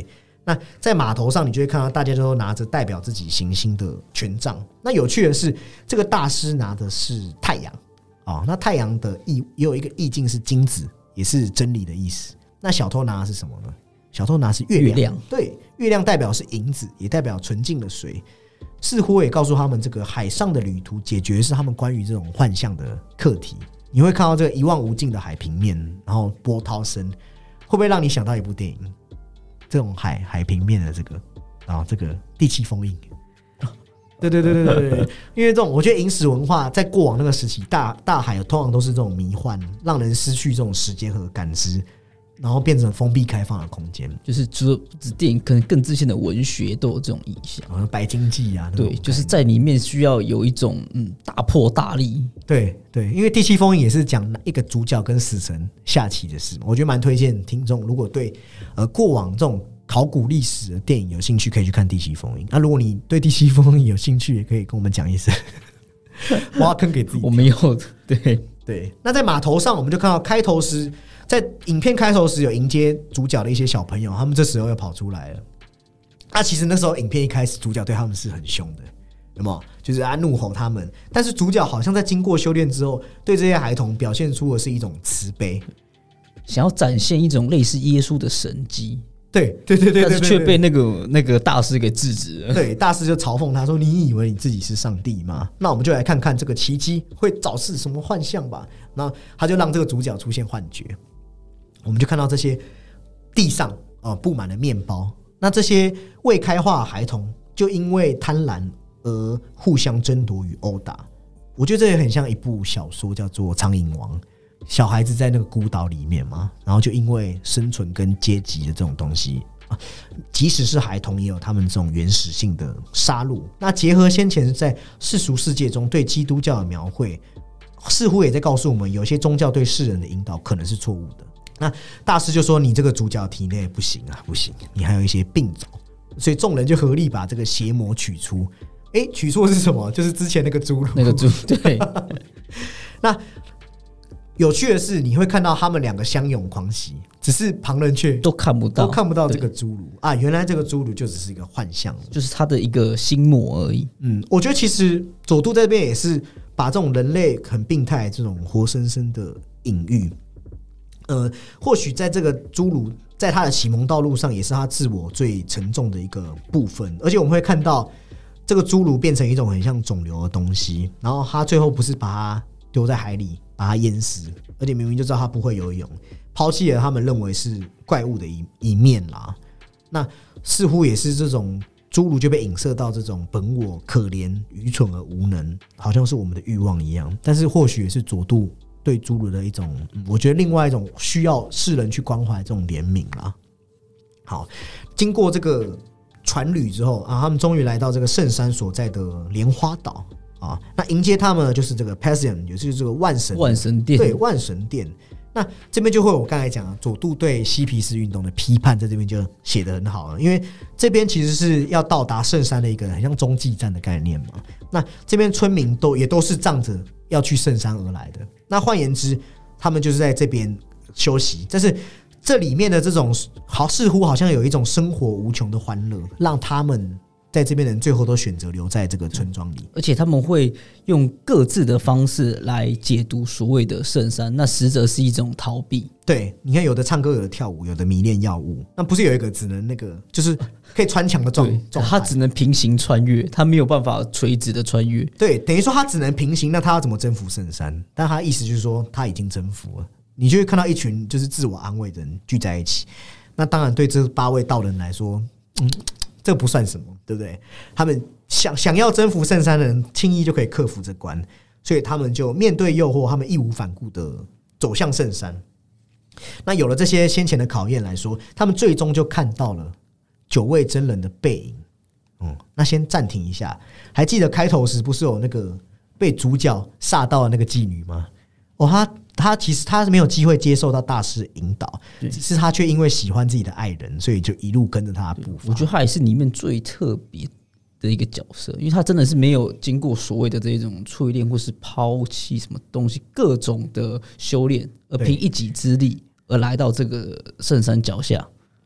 那在码头上，你就会看到大家都拿着代表自己行星的权杖。那有趣的是，这个大师拿的是太阳哦，那太阳的意也有一个意境是金子，也是真理的意思。那小偷拿的是什么呢？小偷拿的是月亮，月亮对，月亮代表是银子，也代表纯净的水。似乎也告诉他们，这个海上的旅途解决是他们关于这种幻象的课题。你会看到这个一望无尽的海平面，然后波涛声，会不会让你想到一部电影？这种海海平面的这个，然后这个地气封印。对对对对对对，因为这种我觉得影史文化在过往那个时期，大大海通常都是这种迷幻，让人失去这种时间和感知。然后变成封闭开放的空间， 就是除了电影，可能更之前的文学都有这种意象， 好像白鲸记啊， 对，就是在里面需要有一种嗯大破大立， 对对，因为第七封印也是讲一个主角跟死神下棋的事，我觉得蛮推荐听众，如果对呃过往这种考古历史的电影有兴趣，可以去看第七封印。那如果你对第七封印有兴趣，也可以跟我们讲一声，挖坑给自己。 我们有对对，那在码头上，我们就看到开头时。在影片开头时有迎接主角的一些小朋友，他们这时候又跑出来了。那、啊、其实那时候影片一开始，主角对他们是很凶的，有没有？就是啊怒吼他们。但是主角好像在经过修炼之后，对这些孩童表现出的是一种慈悲， 想要展现一种类似耶稣的神迹。 对对对对， 但是却被那个那个大师给制止了。 对，大师就嘲讽他说：“你以为你自己是上帝吗？”那我们就来看看这个奇迹会导致什么幻象吧。那他就让这个主角出现幻觉。我们就看到这些地上呃布满了面包，那这些未开化的孩童就因为贪婪而互相争夺与殴打。我觉得这也很像一部小说，叫做《苍蝇王》。小孩子在那个孤岛里面嘛，然后就因为生存跟阶级的这种东西啊，即使是孩童，也有他们这种原始性的杀戮。那结合先前在世俗世界中对基督教的描绘，似乎也在告诉我们，有些宗教对世人的引导可能是错误的。那大师就说：“你这个主角体内不行啊，不行，你还有一些病灶。”所以众人就合力把这个邪魔取出。哎，取出的是什么？就是之前那个侏儒， 那个侏对。 那有趣的是，你会看到他们两个相拥狂喜，只是旁人却都看不到， 都看不到这个侏儒啊！原来这个侏儒就只是一个幻象， 就是他的一个心魔而已。 嗯，我觉得其实佐渡这边也是把这种人类很病态、这种活生生的隐喻。呃，或许在这个侏儒在他的启蒙道路上，也是他自我最沉重的一个部分。而且我们会看到这个侏儒变成一种很像肿瘤的东西，然后他最后不是把它丢在海里，把它淹死，而且明明就知道他不会游泳，抛弃了他们认为是怪物的一一面啦。那似乎也是这种侏儒就被影射到这种本我可怜、愚蠢而无能，好像是我们的欲望一样。但是或许也是佐渡对侏儒的一种，我觉得另外一种需要世人去关怀这种怜悯啦。好，经过这个船旅之后啊，他们终于来到这个圣山所在的莲花岛啊。那迎接他们的就是这个 Passion， 也就是这个万神万神殿， 对，万神殿。那这边就会我刚才讲佐渡对嬉皮士运动的批判，在这边就写得很好了，因为这边其实是要到达圣山的一个很像中继站的概念嘛。那这边村民都也都是仗着要去圣山而来的。那换言之，他们就是在这边休息，但是这里面的这种好似乎好像有一种生活无穷的欢乐，让他们在这边的人最后都选择留在这个村庄里， 而且他们会用各自的方式来解读所谓的圣山，那实则是一种逃避。 对，你看有的唱歌，有的跳舞，有的迷恋药物，那不是有一个只能那个就是可以穿墙的状状态， 他只能平行穿越，他没有办法垂直的穿越。 对，等于说他只能平行，那他要怎么征服圣山？但他意思就是说他已经征服了。你就会看到一群就是自我安慰的人聚在一起，那当然对这八位道人来说，嗯，这不算什么，对不对？他们想想要征服圣山的人，轻易就可以克服这关，所以他们就面对诱惑，他们义无反顾的走向圣山。那有了这些先前的考验来说，他们最终就看到了九位真人的背影。嗯，那先暂停一下，还记得开头时不是有那个被主角煞到的那个妓女吗？哦，他他其实他是没有机会接受到大师引导，只是他却因为喜欢自己的爱人，所以就一路跟着他的步伐。 我觉得他也是里面最特别的一个角色，因为他真的是没有经过所谓的这种淬炼或是抛弃什么东西，各种的修炼，而凭一己之力而来到这个圣山脚下。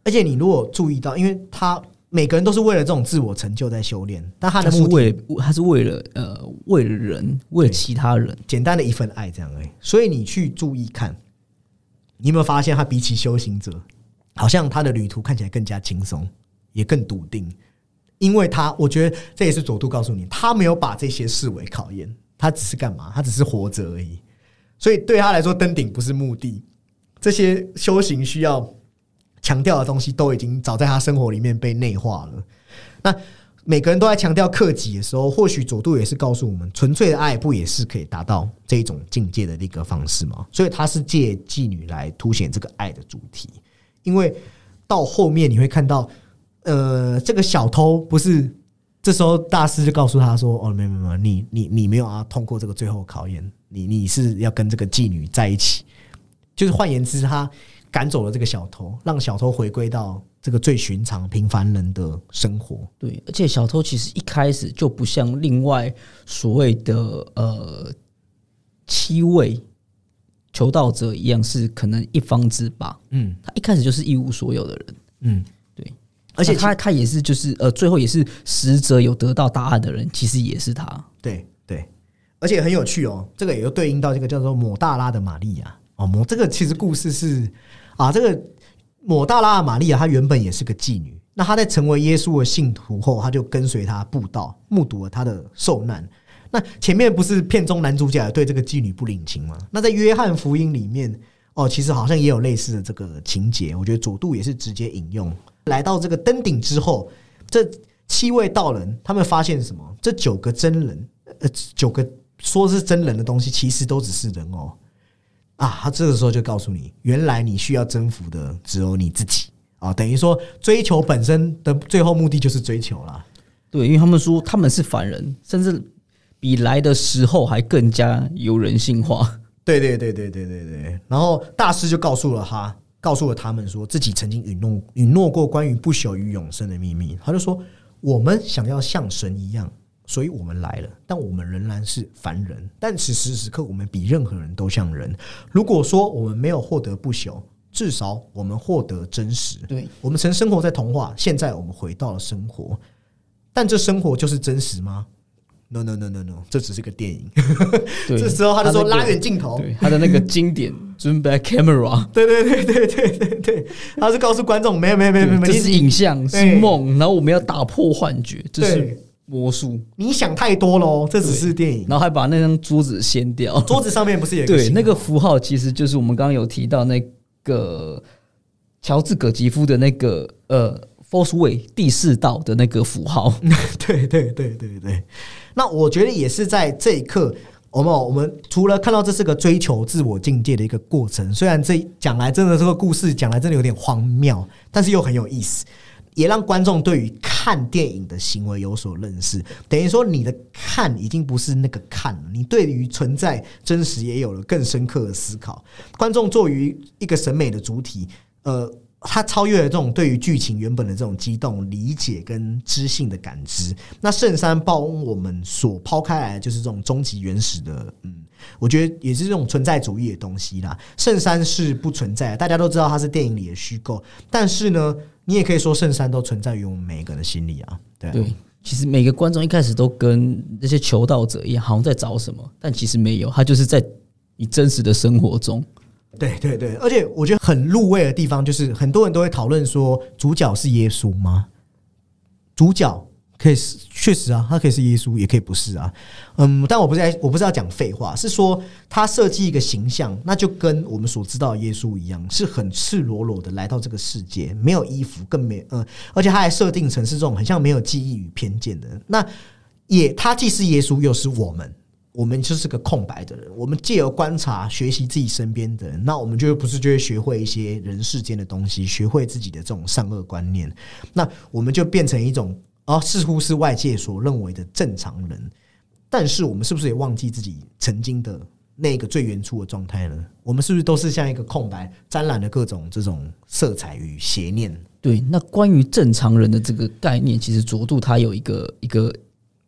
而且你如果注意到，因为他每个人都是为了这种自我成就在修炼，但他的目的他是为他是为了呃为了人，为了其他人， 简单的一份爱这样而已。所以你去注意看，你有没有发现他比起修行者，好像他的旅途看起来更加轻松，也更笃定。因为他，我觉得这也是佐渡告诉你，他没有把这些视为考验，他只是干嘛？他只是活着而已。所以对他来说，登顶不是目的，这些修行需要强调的东西都已经早在他生活里面被内化了。那每个人都在强调克己的时候，或许佐渡也是告诉我们，纯粹的爱不也是可以达到这一种境界的一个方式吗？所以他是借妓女来凸显这个爱的主题。因为到后面你会看到。呃，这个小偷不是，这时候大师就告诉他说：“哦，没有没有，你你你没有要通过这个最后考验，你你是要跟这个妓女在一起。”就是换言之，他赶走了这个小偷，让小偷回归到这个最寻常平凡人的生活。 对，而且小偷其实一开始就不像另外所谓的呃七位求道者一样，是可能一方之霸。嗯，他一开始就是一无所有的人。嗯。而且他他也是就是呃，最后也是实则有得到答案的人，其实也是他。 对对，而且很有趣哦，这个也就对应到这个叫做抹大拉的玛利亚哦。抹这个其实故事是啊，这个抹大拉的玛利亚，她原本也是个妓女。那她在成为耶稣的信徒后，她就跟随他布道，目睹了他的受难。那前面不是片中男主角对这个妓女不领情吗？那在约翰福音里面哦，其实好像也有类似的这个情节。我觉得佐渡也是直接引用。来到这个登顶之后，这七位道人他们发现什么？这九个真人，呃，九个说是真人的东西，其实都只是人哦。啊，他这个时候就告诉你，原来你需要征服的只有你自己啊，等于说追求本身的最后目的就是追求啦。 对，因为他们说他们是凡人，甚至比来的时候还更加有人性化。 对对对对对对对。然后大师就告诉了他。告诉了他们说自己曾经允诺允诺过关于不朽与永生的秘密。他就说，我们想要像神一样，所以我们来了，但我们仍然是凡人。但此时此刻，我们比任何人都像人。如果说我们没有获得不朽，至少我们获得真实。 对， 我们曾生活在童话，现在我们回到了生活。但这生活就是真实吗？No no no no no， 这只是个电影。这时候他就说拉远镜头， 对他的那个经典 zoom back camera， 对对对对对对对，他是告诉观众没有没有没有没有， 这是影像是梦，然后我们要打破幻觉，这是魔术。 你想太多咯，这只是电影。 然后还把那张桌子掀掉， 桌子上面不是有一个对那个符号，其实就是我们刚刚有提到那个乔治葛吉夫的那个呃 Fourth Way 第四道的那个符号。 对对对对对。那我觉得也是在这一刻，我们我们除了看到这是个追求自我境界的一个过程，虽然这讲来真的这个故事讲来真的有点荒谬，但是又很有意思，也让观众对于看电影的行为有所认识。等于说你的看已经不是那个看了，你对于存在真实也有了更深刻的思考。观众作为一个审美的主体，呃。它超越了这种对于剧情原本的这种激动、理解跟知性的感知。那圣山帮我们所抛开来的就是这种终极原始的，嗯，我觉得也是这种存在主义的东西啦。圣山是不存在的，大家都知道它是电影里的虚构，但是呢，你也可以说圣山都存在于我们每一个人的心里啊。对啊， 对，其实每个观众一开始都跟那些求道者一样，好像在找什么，但其实没有，他就是在你真实的生活中。 对对对，而且我觉得很入味的地方就是很多人都会讨论说，主角是耶稣吗？主角可以是确实啊，他可以是耶稣，也可以不是啊。嗯，但我不是在我不是要讲废话，是说他设计一个形象，那就跟我们所知道的耶稣一样，是很赤裸裸的来到这个世界，没有衣服，更没呃，而且他还设定成是这种很像没有记忆与偏见的。那也他既是耶稣，又是我们。我们就是个空白的人，我们借由观察学习自己身边的人，那我们就不是就会学会一些人世间的东西，学会自己的这种善恶观念，那我们就变成一种哦，似乎是外界所认为的正常人，但是我们是不是也忘记自己曾经的那个最原初的状态呢？我们是不是都是像一个空白，沾染了各种这种色彩与邪念？ 对，那关于正常人的这个概念，其实佐渡他有一个一个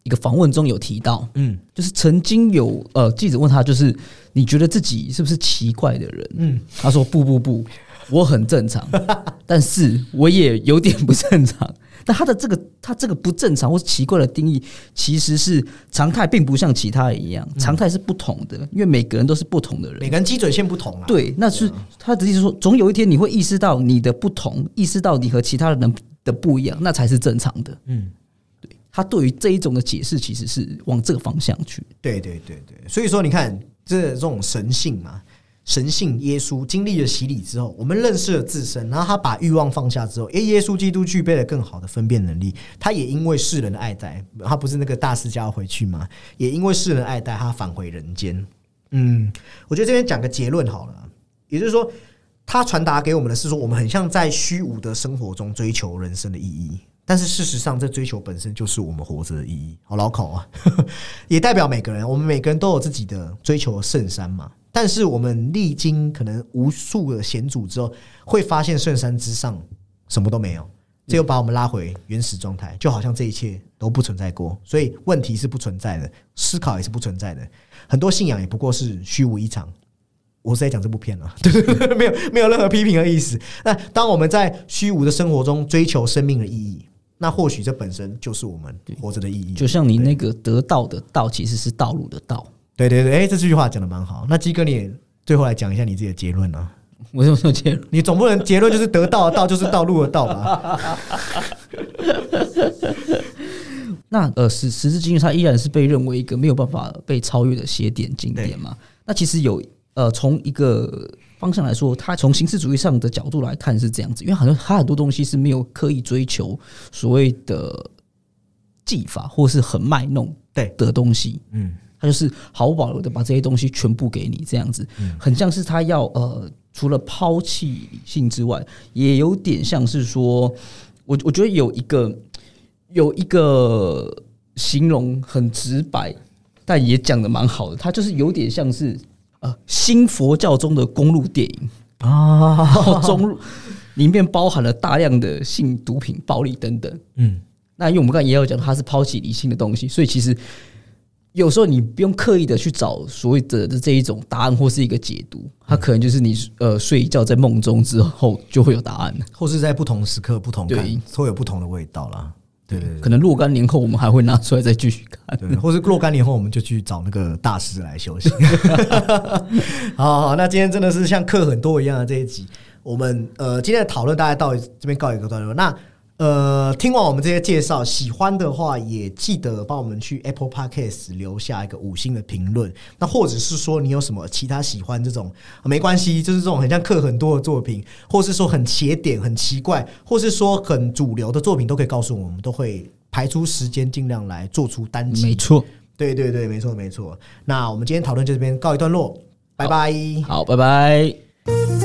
一个访问中有提到， 嗯， 就是曾经有呃记者问他，就是你觉得自己是不是奇怪的人？嗯，他说不不不，我很正常，但是我也有点不正常。但他的这个他这个不正常或是奇怪的定义，其实是常态，并不像其他人一样，常态是不同的，因为每个人都是不同的人， 每个人基准线不同啊。 对，那是他的意思说，总有一天你会意识到你的不同，意识到你和其他人的不一样，那才是正常的。嗯，对，他对于这一种的解释，其实是往这个方向去。 对对对对，所以说你看，这这种神性嘛。神性耶稣经历了洗礼之后，我们认识了自身，然后他把欲望放下之后，诶，耶稣基督具备了更好的分辨能力。他也因为世人的爱戴，他不是那个大释迦要回去吗？也因为世人的爱戴，他返回人间。嗯，我觉得这边讲个结论好了，也就是说，他传达给我们的是说，我们很像在虚无的生活中追求人生的意义。但是事实上，这追求本身就是我们活着的意义。好绕口啊，也代表每个人，我们每个人都有自己的追求的圣山嘛。但是我们历经可能无数的险阻之后，会发现圣山之上什么都没有，这又把我们拉回原始状态，就好像这一切都不存在过。所以问题是不存在的，思考也是不存在的，很多信仰也不过是虚无一场。我是在讲这部片啊，对对对，没有没有任何批评的意思。那当我们在虚无的生活中追求生命的意义，那或许这本身就是我们活着的意义。 就像你那个得道的道，其实是道路的道。 对对对，哎，这句话讲得蛮好。那基哥，你也最后来讲一下你自己的结论啊？ 我有什么结论？ 你总不能结论就是得道的道就是道路的道吧？ 那呃，十十字经它依然是被认为一个没有办法被超越的写典经典嘛？那其实有呃，从一个方向来说，它从形式主义上的角度来看是这样子，因为好像它很多东西是没有刻意追求所谓的技法或是很卖弄的东西，嗯。他就是毫无保留的把这些东西全部给你，这样子，很像是他要呃，除了抛弃理性之外，也有点像是说，我我觉得有一个有一个形容很直白，但也讲得蛮好的，它就是有点像是呃新佛教中的公路电影啊，然后中里面包含了大量的性、毒品、暴力等等，嗯，那因为我们刚才也有讲，它是抛弃理性的东西，所以其实。有时候你不用刻意的去找所谓的这一种答案或是一个解读，它可能就是你呃睡一觉在梦中之后就会有答案， 或是在不同时刻不同感会有不同的味道啦。对对对， 可能若干年后我们还会拿出来再继续看， 对，或是若干年后我们就去找那个大师来修行。好好好，那今天真的是像课很多一样的这一集，我们呃今天的讨论大概到这边告一个段落。那呃，听完我们这些介绍，喜欢的话也记得帮我们去 Apple Podcast 留下一个五星的评论。那或者是说你有什么其他喜欢这种、啊、没关系，就是这种很像课很多的作品，或是说很切点、很奇怪，或是说很主流的作品，都可以告诉我们，我们都会排出时间尽量来做出单集。 没错， 对对对，没错没错。那我们今天讨论就这边告一段落，拜拜。 好，好，拜拜。